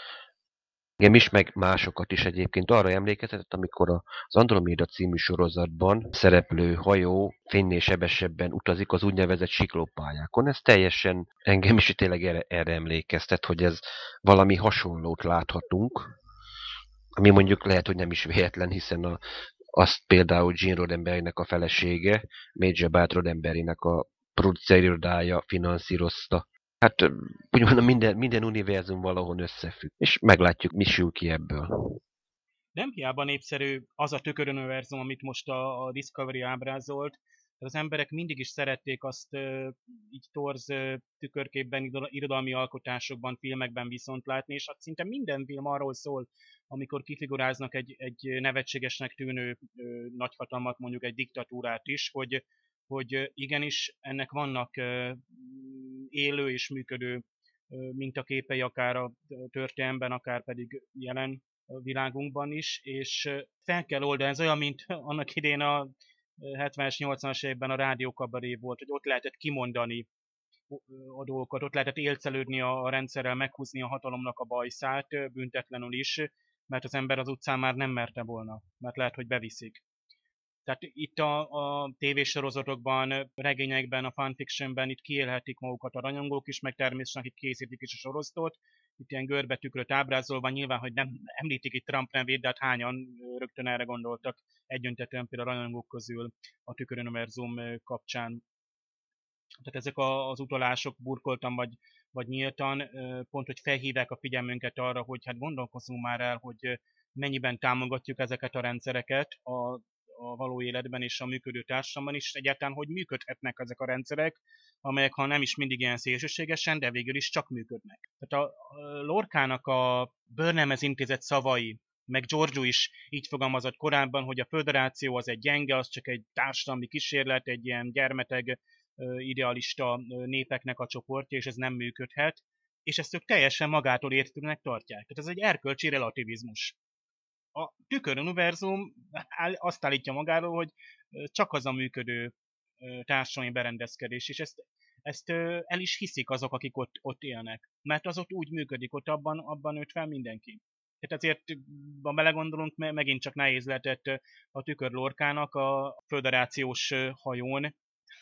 engem is, meg másokat is egyébként arra emlékeztetett, amikor az Andromeda című sorozatban szereplő hajó fénynél sebesebben utazik az úgynevezett siklópályákon. Ez teljesen engem is tényleg erre, erre emlékeztet, hogy ez valami hasonlót láthatunk, ami mondjuk lehet, hogy nem is véletlen, hiszen a, azt például Gene Roddenberrynek a felesége, Major Bart Roddenberrynek a producerirodája finanszírozta. Hát úgy mondom, minden, minden univerzum valahol összefügg, és meglátjuk, mi sül ki ebből. Nem hiába népszerű az a tüköruniverzum, amit most a, a Discovery ábrázolt, az emberek mindig is szerették azt uh, így torz uh, tükörképben, irodalmi alkotásokban, filmekben viszont látni, és hát szinte minden film arról szól, amikor kifiguráznak egy, egy nevetségesnek tűnő uh, nagyhatalmat, mondjuk egy diktatúrát is, hogy, hogy igenis ennek vannak uh, élő és működő uh, mintaképei, akár a történelemben, akár pedig jelen világunkban is, és fel kell oldani, ez olyan, mint annak idén a hetvenes, nyolcvanas években a rádiókabaré volt, hogy ott lehetett kimondani a dolgokat, ott lehetett élcelődni a rendszerrel, meghúzni a hatalomnak a bajszát büntetlenül is, mert az ember az utcán már nem merte volna, mert lehet, hogy beviszik. Tehát itt a, a tévésorozatokban, regényekben, a fanfictionben itt kiélhetik magukat a rajongók is, meg természetesen akik készítik is a sorozatot. Itt ilyen görbetükröt ábrázolva, nyilván, hogy nem említik itt Trump nevét, de hát hányan rögtön erre gondoltak egyöntetően például a rajongók közül a tüköruniverzum kapcsán. Tehát ezek a, az utalások burkoltan vagy, vagy nyíltan, pont, hogy felhívják a figyelmünket arra, hogy hát gondolkozzunk már el, hogy mennyiben támogatjuk ezeket a rendszereket a, a való életben és a működő társadalomban is, egyáltalán, hogy működhetnek ezek a rendszerek, amelyek ha nem is mindig ilyen szélsőségesen, de végül is csak működnek. Tehát a, a Lorkának a Burnhamhez intézett szavai, meg Giorgio is így fogalmazott korábban, hogy a föderáció az egy gyenge, az csak egy társadalmi kísérlet, egy ilyen gyermeteg, idealista népeknek a csoportja, és ez nem működhet, és ezt ők teljesen magától értetőnek tartják. Tehát ez egy erkölcsi relativizmus. A tüköruniverzum azt állítja magáról, hogy csak az a működő társadalmi berendezkedés, és ezt, ezt el is hiszik azok, akik ott, ott élnek. Mert az ott úgy működik, ott abban, abban nőtt fel mindenki. Tehát ezért, ha belegondolunk, megint csak nehéz lehetett a tükör Lorkának a föderációs hajón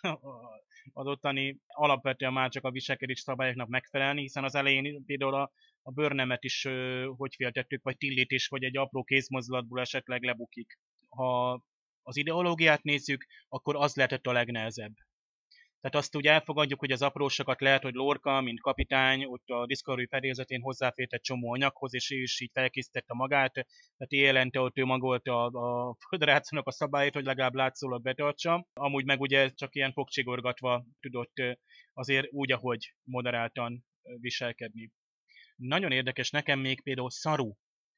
az ottani alapvetően már csak a viselkedés szabályoknak megfelelni, hiszen az elején például a, a Burnhamet is hogy féltettük, vagy Tillit is, hogy egy apró kézmozdulatból esetleg lebukik. Ha az ideológiát nézzük, akkor az lehetett a legnehezebb. Tehát azt úgy elfogadjuk, hogy az aprósokat lehet, hogy Lorca, mint kapitány, ott a Discovery fedélzetén hozzáfért egy csomó anyaghoz, és ő is így felkészítette magát, tehát jelente ott ő magolt a, a föderációnak a szabályait, hogy legalább látszólag betartsa. Amúgy meg ugye csak ilyen fogcsigorgatva tudott azért úgy, ahogy moderáltan viselkedni. Nagyon érdekes nekem még például Saru.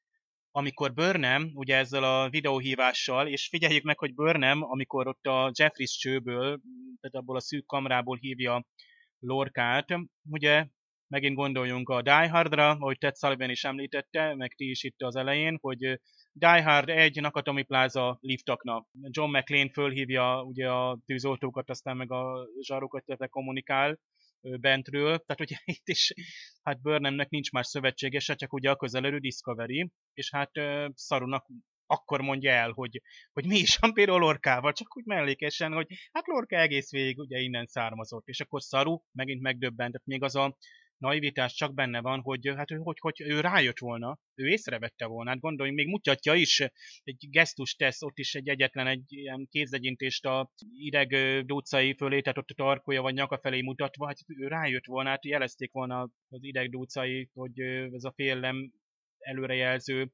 Amikor Burnham, ugye ezzel a videóhívással, és figyeljük meg, hogy Burnham, amikor ott a Jeffries csőből, tehát abból a szűk kamrából hívja Lorcát, ugye megint gondoljunk a Die Hardra, ahogy Ted Sullivan is említette, meg ti is itt az elején, hogy Die Hard egy, Nakatomi Plaza liftakna. John McClane fölhívja ugye a tűzoltókat, aztán meg a zsarokat, illetve kommunikál bentről, tehát ugye itt is hát Burnhamnek nincs más szövetségese, csak ugye a közelörő Discovery, és hát uh, Sarunak akkor mondja el, hogy, hogy mi is van például Lorcával, csak úgy mellékesen, hogy hát Lorca egész végig ugye innen származott, és akkor Saru megint megdöbbent, tehát még az a naivitás csak benne van, hogy, hát, hogy, hogy ő rájött volna, ő észrevette volna, hát gondoljunk, még mutatja is, egy gesztus tesz, ott is egy egyetlen egy ilyen kézlegyintést a ideg dúcai fölé, tehát ott a tarkója vagy nyaka felé mutatva, hát ő rájött volna, hát jelezték volna az ideg dúcai, hogy ez a félelem előrejelző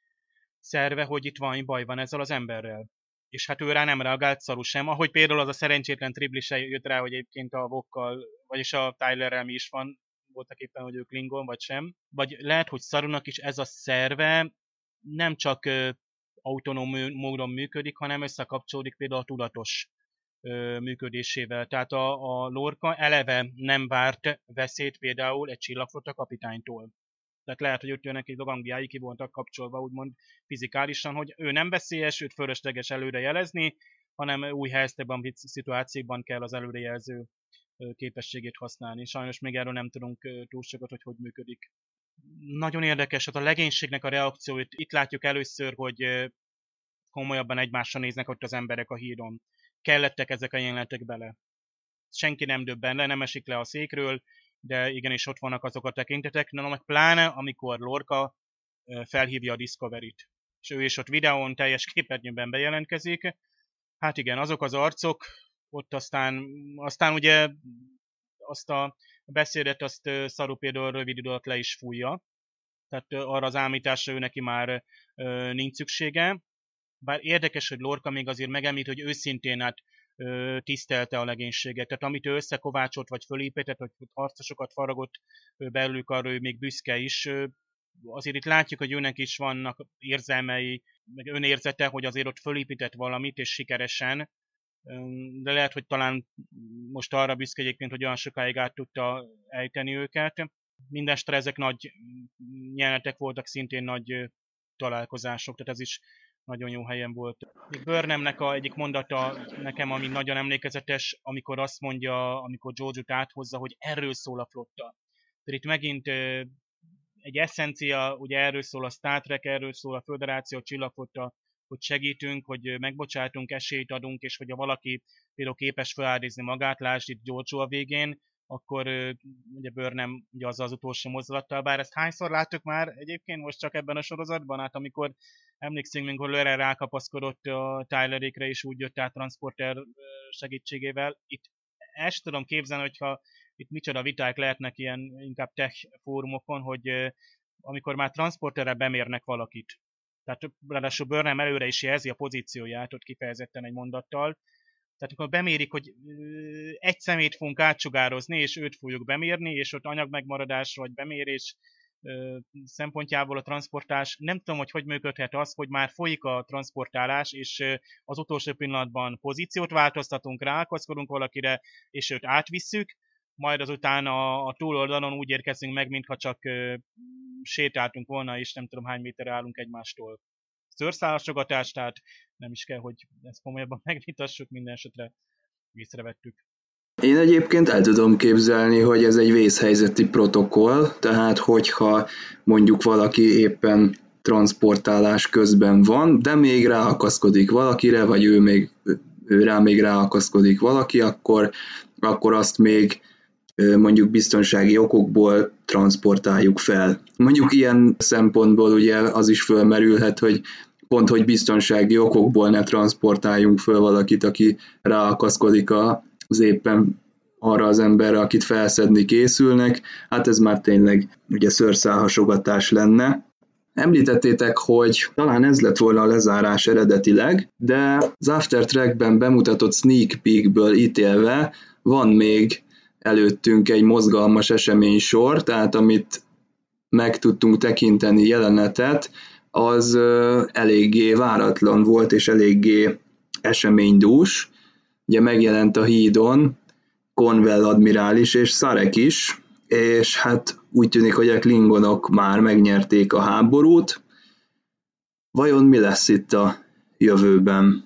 szerve, hogy itt van baj van ezzel az emberrel. És hát ő rá nem reagált Saru sem, ahogy például az a szerencsétlen tribli se jött rá, hogy egyébként a Vokkal, vagyis a Tylerrel mi is van, voltak éppen, hogy ő Klingon, vagy sem. Vagy lehet, hogy Sarunak is ez a szerve nem csak ö, autonóm módon működik, hanem összekapcsolódik például a tudatos ö, működésével. Tehát a, a Lorca eleve nem várt veszélyt például egy csillagflotta kapitánytól. Tehát lehet, hogy ott jönnek egy dogangiái ki voltak kapcsolva, úgymond fizikálisan, hogy ő nem veszélyes, őt fölösleges előre jelezni, hanem új helyzetben, szituációkban kell az előrejelző képességét használni. Sajnos még erről nem tudunk túl sokat, hogy hogy működik. Nagyon érdekes, hát a legénységnek a reakcióit. Itt látjuk először, hogy komolyabban egymásra néznek ott az emberek a hídon. Kellettek ezek a jelenetek bele. Senki nem döbben le, nem esik le a székről, de igenis ott vannak azok a tekintetek. Na, meg pláne, amikor Lorca felhívja a Discovery-t. És ő is ott videón teljes képernyőben bejelentkezik. Hát igen, azok az arcok, ott aztán, aztán ugye azt a beszédet azt Saru például rövid idő alatt le is fújja. Tehát arra az ámításra ő neki már nincs szüksége. Bár érdekes, hogy Lorca még azért megemlít, hogy őszintén hát tisztelte a legénységet. Tehát amit ő összekovácsolt vagy fölépített, hogy harcosokat faragott belőlük, arra ő még büszke is. Azért itt látjuk, hogy őnek is vannak érzelmei, meg önérzete, hogy azért ott fölépített valamit, és sikeresen. De lehet, hogy talán most arra büszke egyébként, hogy olyan sokáig át tudta ejteni őket. Mindestre ezek nagy jelenetek voltak, szintén nagy találkozások, tehát ez is nagyon jó helyen volt. Még Burnhamnek a egyik mondata nekem, ami nagyon emlékezetes, amikor azt mondja, amikor George-ot áthozza, hogy erről szól a flotta. Tehát itt megint egy eszencia, ugye erről szól a Star Trek, erről szól a Föderáció, a Csillagflotta, hogy segítünk, hogy megbocsátunk, esélyt adunk, és hogyha valaki például képes feláldozni magát, lásd itt Giorgio a végén, akkor ugye Burnham ugye az az utolsó mozdulattal, bár ezt hányszor láttuk már egyébként most csak ebben a sorozatban, hát amikor emlékszünk, amikor Lőre rákapaszkodott a Tylerékre, és úgy jött át transporter segítségével. Itt ezt tudom képzelni, hogyha itt micsoda viták lehetnek ilyen inkább tech fórumokon, hogy amikor már transporterre bemérnek valakit. Tehát ráadásul Burnham előre is jelzi a pozícióját, ott kifejezetten egy mondattal. Tehát amikor bemérik, hogy egy szemét fogunk átsugározni, és őt fogjuk bemérni, és ott anyagmegmaradás vagy bemérés szempontjából a transportálás, nem tudom, hogy hogy működhet az, hogy már folyik a transportálás, és az utolsó pillanatban pozíciót változtatunk, ráakaszkodunk valakire, és őt átvisszük, majd azután a, a túloldalon úgy érkezünk meg, mintha csak ö, sétáltunk volna, és nem tudom hány méterre állunk egymástól. Szőrszálasogatás, tehát nem is kell, hogy ezt komolyabban megvitassuk, minden esetre észrevettük. Én egyébként el tudom képzelni, hogy ez egy vészhelyzeti protokoll, tehát hogyha mondjuk valaki éppen transportálás közben van, de még ráakaszkodik valakire, vagy ő, még, ő rá még ráakaszkodik valaki, akkor, akkor azt még mondjuk biztonsági okokból transportáljuk fel. Mondjuk ilyen szempontból ugye az is fölmerülhet, hogy pont, hogy biztonsági okokból ne transportáljunk föl valakit, aki ráakaszkodik az éppen arra az emberre, akit felszedni készülnek. Hát ez már tényleg ugye szőrszálhasogatás lenne. Említettétek, hogy talán ez lett volna a lezárás eredetileg, de az After Trackben bemutatott sneak peekből ítélve van még előttünk egy mozgalmas eseménysor, tehát amit meg tudtunk tekinteni jelenetet, az eléggé váratlan volt, és eléggé eseménydús. Ugye megjelent a hídon Conwell admirális és Sarek is, és hát úgy tűnik, hogy a klingonok már megnyerték a háborút. Vajon mi lesz itt a jövőben?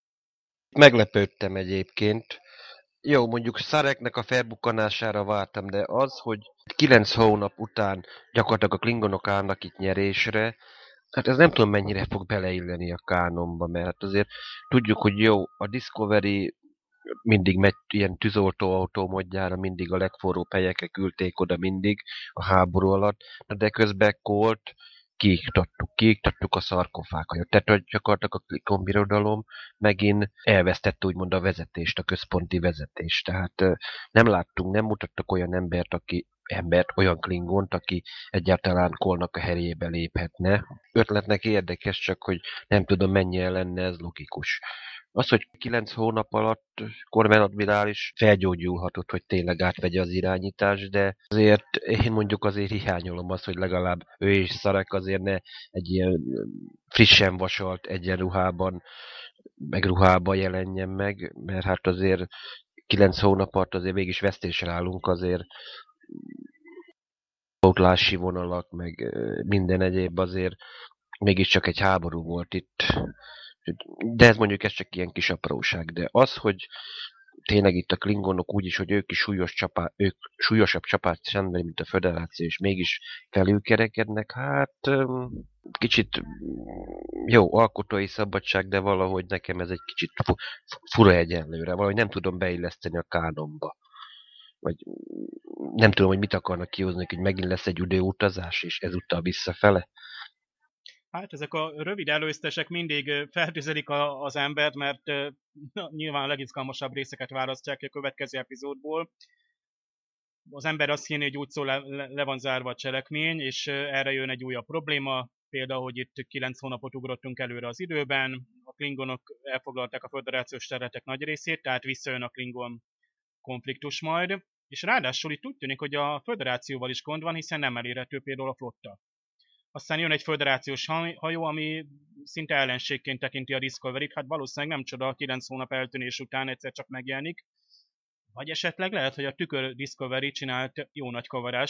Meglepődtem egyébként. Jó, mondjuk Sareknek a felbukkanására vártam, de az, hogy kilenc hónap után gyakorlatilag a klingonok állnak itt nyerésre, hát ez nem tudom mennyire fog beleilleni a kánonba, mert hát azért tudjuk, hogy jó, a Discovery mindig megy ilyen tűzoltóautó módjára, mindig a legforróbb helyekre küldték oda mindig a háború alatt, de közben Colt kiiktattuk, kiiktattuk a szarkofágot. Tehát hogy gyakorlatilag a Klingon birodalom megint elvesztette úgymond a vezetést, a központi vezetést. Tehát nem láttunk, nem mutattak olyan embert, aki embert, olyan klingont, aki egyáltalán Colnak a helyébe léphetne. Ötletnek érdekes, csak hogy nem tudom mennyire lenne ez logikus. Az, hogy kilenc hónap alatt Conwell admirális felgyógyulhatott, hogy tényleg átvegye az irányítást, de azért én mondjuk azért hiányolom azt, hogy legalább ő és Sarek azért ne egy ilyen frissen vasalt egyenruhában, meg ruhában jelenjen meg, mert hát azért kilenc hónap alatt azért mégis vesztésre állunk, azért pótlási vonalak, meg minden egyéb azért mégiscsak egy háború volt itt. De ez mondjuk ez csak ilyen kis apróság, de az, hogy tényleg itt a klingonok úgyis, hogy ők is súlyos csapá, ők súlyosabb csapát szenvednek, mint a Föderáció, és mégis felülkerekednek, hát kicsit jó, alkotói szabadság, de valahogy nekem ez egy kicsit fura egyenlőre, valahogy nem tudom beilleszteni a kánonba. Vagy nem tudom, hogy mit akarnak kihozni, hogy megint lesz egy időutazás, és ezúttal visszafele. Hát ezek a rövid előztesek mindig feltüzelik az embert, mert na, nyilván a legizgalmasabb részeket választják a következő epizódból. Az ember azt hinné, hogy úgyszól le, le, le van zárva a cselekmény, és erre jön egy újabb probléma, például, hogy itt kilenc hónapot ugrottunk előre az időben, a klingonok elfoglalták a föderációs területek nagy részét, tehát visszajön a klingon konfliktus majd, és ráadásul itt úgy tűnik, hogy a föderációval is gond van, hiszen nem elérhető például a flotta. Aztán jön egy föderációs hajó, ami szinte ellenségként tekinti a Discovery-t, hát valószínűleg nem csoda, kilenc hónap eltűnés után egyszer csak megjelenik. Vagy esetleg lehet, hogy a tükör Discovery csinált jó nagy kavarást,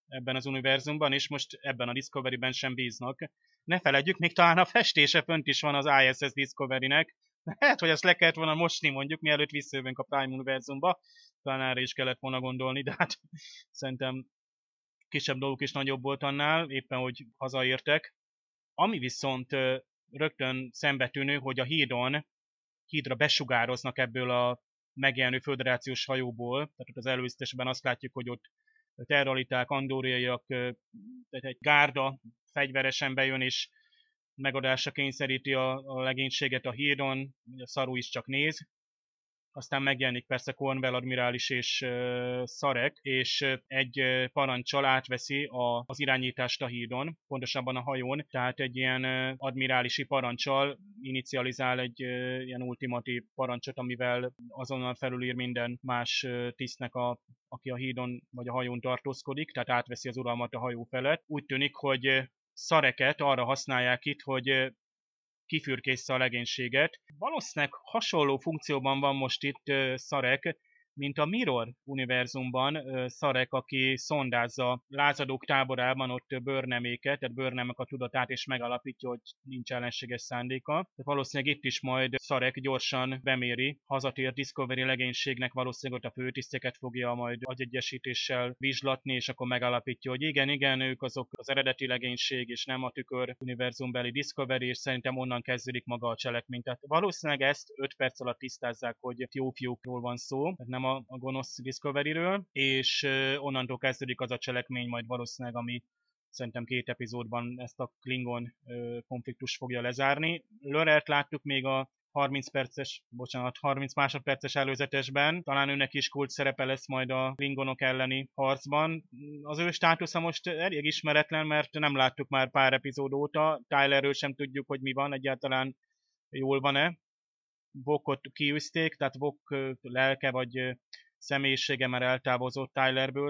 ebben az univerzumban, és most ebben a Discovery-ben sem bíznak. Ne feledjük, még talán a festése fönt is van az I S S Discovery-nek. Lehet, hogy ezt le kellett volna mosni mondjuk, mielőtt visszajövünk a Prime univerzumba. Talán erre is kellett volna gondolni, de hát szerintem kisebb dolgok is nagyobb volt annál, éppen hogy hazaértek. Ami viszont rögtön szembetűnő, hogy a hídon, hídra besugároznak ebből a megjelenő föderációs hajóból, tehát ott az előzítésben azt látjuk, hogy ott terraliták, andóriaiak, tehát egy gárda fegyveresen bejön és megadásra kényszeríti a, a legénységet a hídon, a Saru is csak néz. Aztán megjelenik persze Cornwell admirális és uh, Sarek, és uh, egy uh, parancsal átveszi a, az irányítást a hídon, pontosabban a hajón, tehát egy ilyen uh, admirálisi parancsal inicializál egy uh, ilyen ultimatív parancsot, amivel azonnal felülír minden más uh, tisztnek, a, aki a hídon vagy a hajón tartózkodik, tehát átveszi az uralmat a hajó felett. Úgy tűnik, hogy uh, Sareket arra használják itt, hogy uh, kifürkészze a legénységet. Valószínűleg hasonló funkcióban van most itt uh, Sarek, mint a Mirror univerzumban uh, Sarek, aki szondázza lázadók táborában ott bőrneméket, tehát bőrnemek a tudatát, és megalapítja, hogy nincs ellenséges szándéka. Tehát valószínűleg itt is majd Sarek gyorsan beméri, hazatért Discovery legénységnek valószínűleg ott a főtiszteket fogja majd agyegyesítéssel vizslatni, és akkor megalapítja, hogy igen, igen, ők azok az eredeti legénység, és nem a tükör univerzumbeli Discovery, és szerintem onnan kezdődik maga a cselekmény. Tehát valószínűleg ezt öt perc alatt tisztázzák, hogy jó fiúkról van szó, tehát nem a, a gonosz Discoveryről, és uh, onnantól kezdődik az a cselekmény majd valószínűleg, ami szerintem két epizódban ezt a Klingon uh, konfliktus fogja lezárni. Lorelt láttuk még a harminc perces, bocsánat, harminc másodperces előzetesben, talán őnek is kult szerepe lesz majd a Klingonok elleni harcban. Az ő státusza most elég ismeretlen, mert nem láttuk már pár epizód óta, Tylerről sem tudjuk, hogy mi van, egyáltalán jól van-e. Vokot kiűzték, tehát Vok lelke vagy személyisége már eltávozott Tylerből,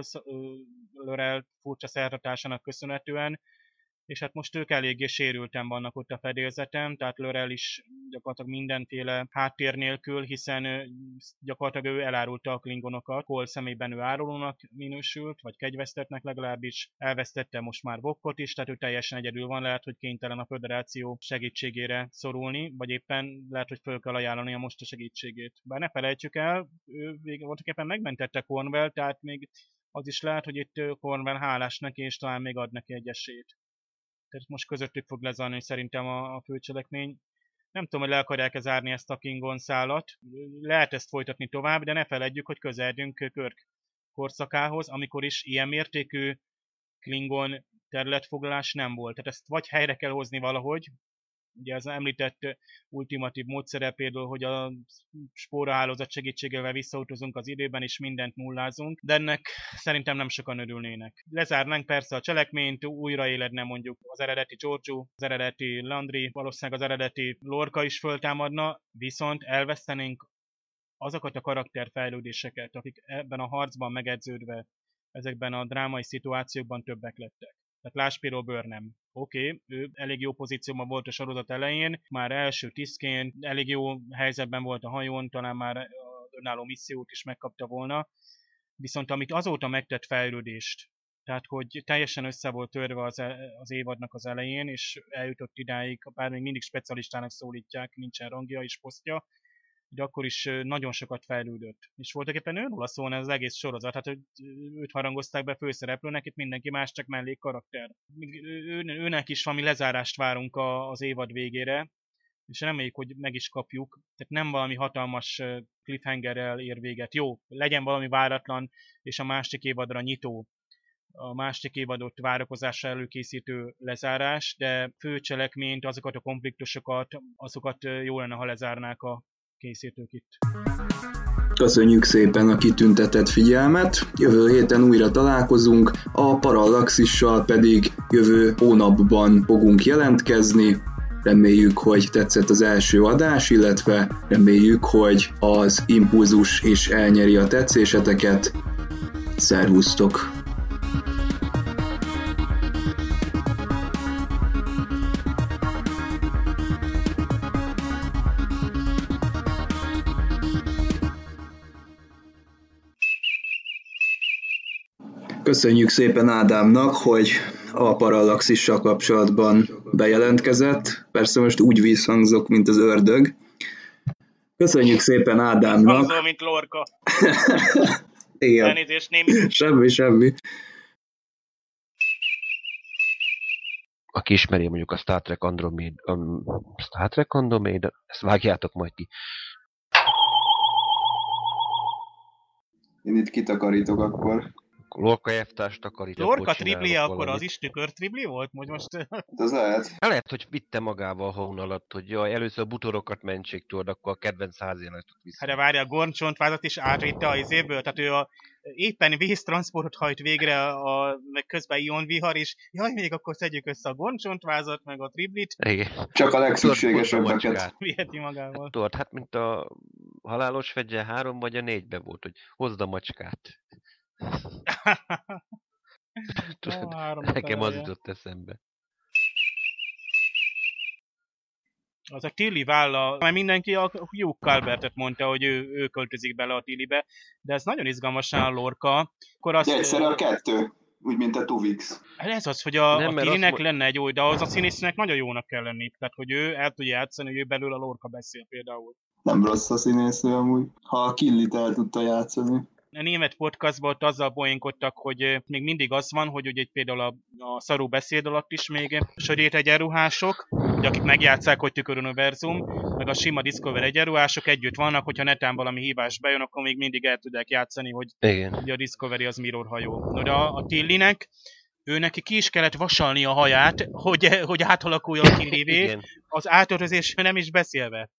Lorel furcsa szertartásának köszönhetően, és hát most ők eléggé sérülten vannak ott a fedélzeten, tehát Lorel is gyakorlatilag mindenféle háttér nélkül, hiszen gyakorlatilag ő elárulta a klingonokat, hol személyben ő árulónak minősült, vagy kegyvesztettnek legalábbis, elvesztette most már Vokot is, tehát ő teljesen egyedül van, lehet, hogy kénytelen a föderáció segítségére szorulni, vagy éppen lehet, hogy föl kell ajánlani a most a segítségét. Bár ne felejtsük el, ő voltaképpen megmentette Cornwell, tehát még az is lehet, hogy itt Cornwell hálás neki, és talán még ad neki egy esélyt. Tehát most közöttük fog lezárni szerintem a, a főcselekmény. Nem tudom, hogy le akarják-e zárni ezt a Klingon szálat. Lehet ezt folytatni tovább, de ne feledjük, hogy közeledünk Kirk korszakához, amikor is ilyen mértékű Klingon területfoglalás nem volt. Tehát ezt vagy helyre kell hozni valahogy, ugye az említett ultimatív módszere például, hogy a spórahálózat segítségével visszautazunk az időben, és mindent nullázunk, de ennek szerintem nem sokan örülnének. Lezárnánk persze a cselekményt, újraéledne mondjuk az eredeti Giorgio, az eredeti Landry, valószínűleg az eredeti Lorca is föltámadna, viszont elvesztenénk azokat a karakterfejlődéseket, akik ebben a harcban megedződve, ezekben a drámai szituációkban többek lettek. Tehát láss például Burnham. Oké, okay, ő elég jó pozícióban volt a sorozat elején, már első tisztként, elég jó helyzetben volt a hajón, talán már az önálló missziót is megkapta volna. Viszont amit azóta megtett fejlődést, tehát hogy teljesen össze volt törve az, az évadnak az elején, és eljutott idáig, bár még mindig specialistának szólítják, nincsen rangja és posztja, de akkor is nagyon sokat fejlődött. És voltak éppen őróla szólna az egész sorozat, hát hogy őt harangozták be főszereplőnek, itt mindenki más csak mellék karakter. Ő, őnek is valami lezárást várunk a, az évad végére, és reméljük, hogy meg is kapjuk. Tehát nem valami hatalmas cliffhangerrel ér véget. Jó, legyen valami váratlan, és a másik évadra nyitó, a másik évadot várakozásra előkészítő lezárás, de főcselekményt, azokat a konfliktusokat, azokat jó lenne, ha lezárnák a készítők itt. Köszönjük szépen a kitüntetett figyelmet, jövő héten újra találkozunk, a Parallaxissal pedig jövő hónapban fogunk jelentkezni. Reméljük, hogy tetszett az első adás, illetve reméljük, hogy az impulzus is elnyeri a tetszéseteket. Szervusztok! Köszönjük szépen Ádámnak, hogy a Parallaxissal kapcsolatban bejelentkezett. Persze most úgy visszhangzok, mint az ördög. Köszönjük szépen Ádámnak. Hangzol, mint Lorca. Igen. Elnézést, némi. Semmi, semmi. Aki ismeri mondjuk a Star Trek Andromeda, um, Star Trek Andromeda, ezt vágjátok majd ki. Én itt kitakarítok akkor. Lorca F-társ takarít. Lorca triplie, akkor az is tükör tripli volt? Most most... Ez lehet. Lehet, hogy vitte magával a hón alatt, hogy jaj, először a butorokat mentsék tudod, akkor a kedvenc házjánatot vissza. Hát de várja, a Gorncsontvázatot is átvitte az izéből, tehát ő a, éppen víztranszportot hajt végre, a, meg közben ionvihar is. Jaj, még akkor szedjük össze a Gorncsontvázatot, meg a triplit. Igen. Csak a legszükségesebbeket. Viheti magával. Tudod, hát mint a halálos fegye három vagy a négybe volt, hogy hozd a macskát. Tudod, Ó, nekem az jutott eszembe. Az a Tilly válla, mert mindenki a Hugh Calvertet mondta, hogy ő, ő költözik bele a Tillybe, de ez nagyon izgalmasan a Lorca. Akkor azt, De egyszerre a kettő, úgy mint a Tuvix. Ez az, hogy a, Nem, a mert Tillynek azt... lenne egy új, de az a színésznek nagyon jónak kell lenni. Tehát, hogy ő el tudja játszani, hogy ő belül a Lorca beszél például. Nem rossz a színésznő amúgy, ha a Killit el tudta játszani. A német podcastban ott azzal poénkodtak, hogy még mindig az van, hogy ugye például a, a szarú beszéd alatt is még sötét egyenruhások, ugye akik megjátszák, hogy tüköruniverzum, meg a sima Discover egyenruhások együtt vannak, hogyha netán valami hívás bejön, akkor még mindig el tudják játszani, hogy Igen. ugye a Discovery az Mirror hajó. No, de a, a Tillynek, ő neki ki is kellett vasalni a haját, hogy, hogy átalakuljon a Tillyvé, az átöltözés nem is beszélve.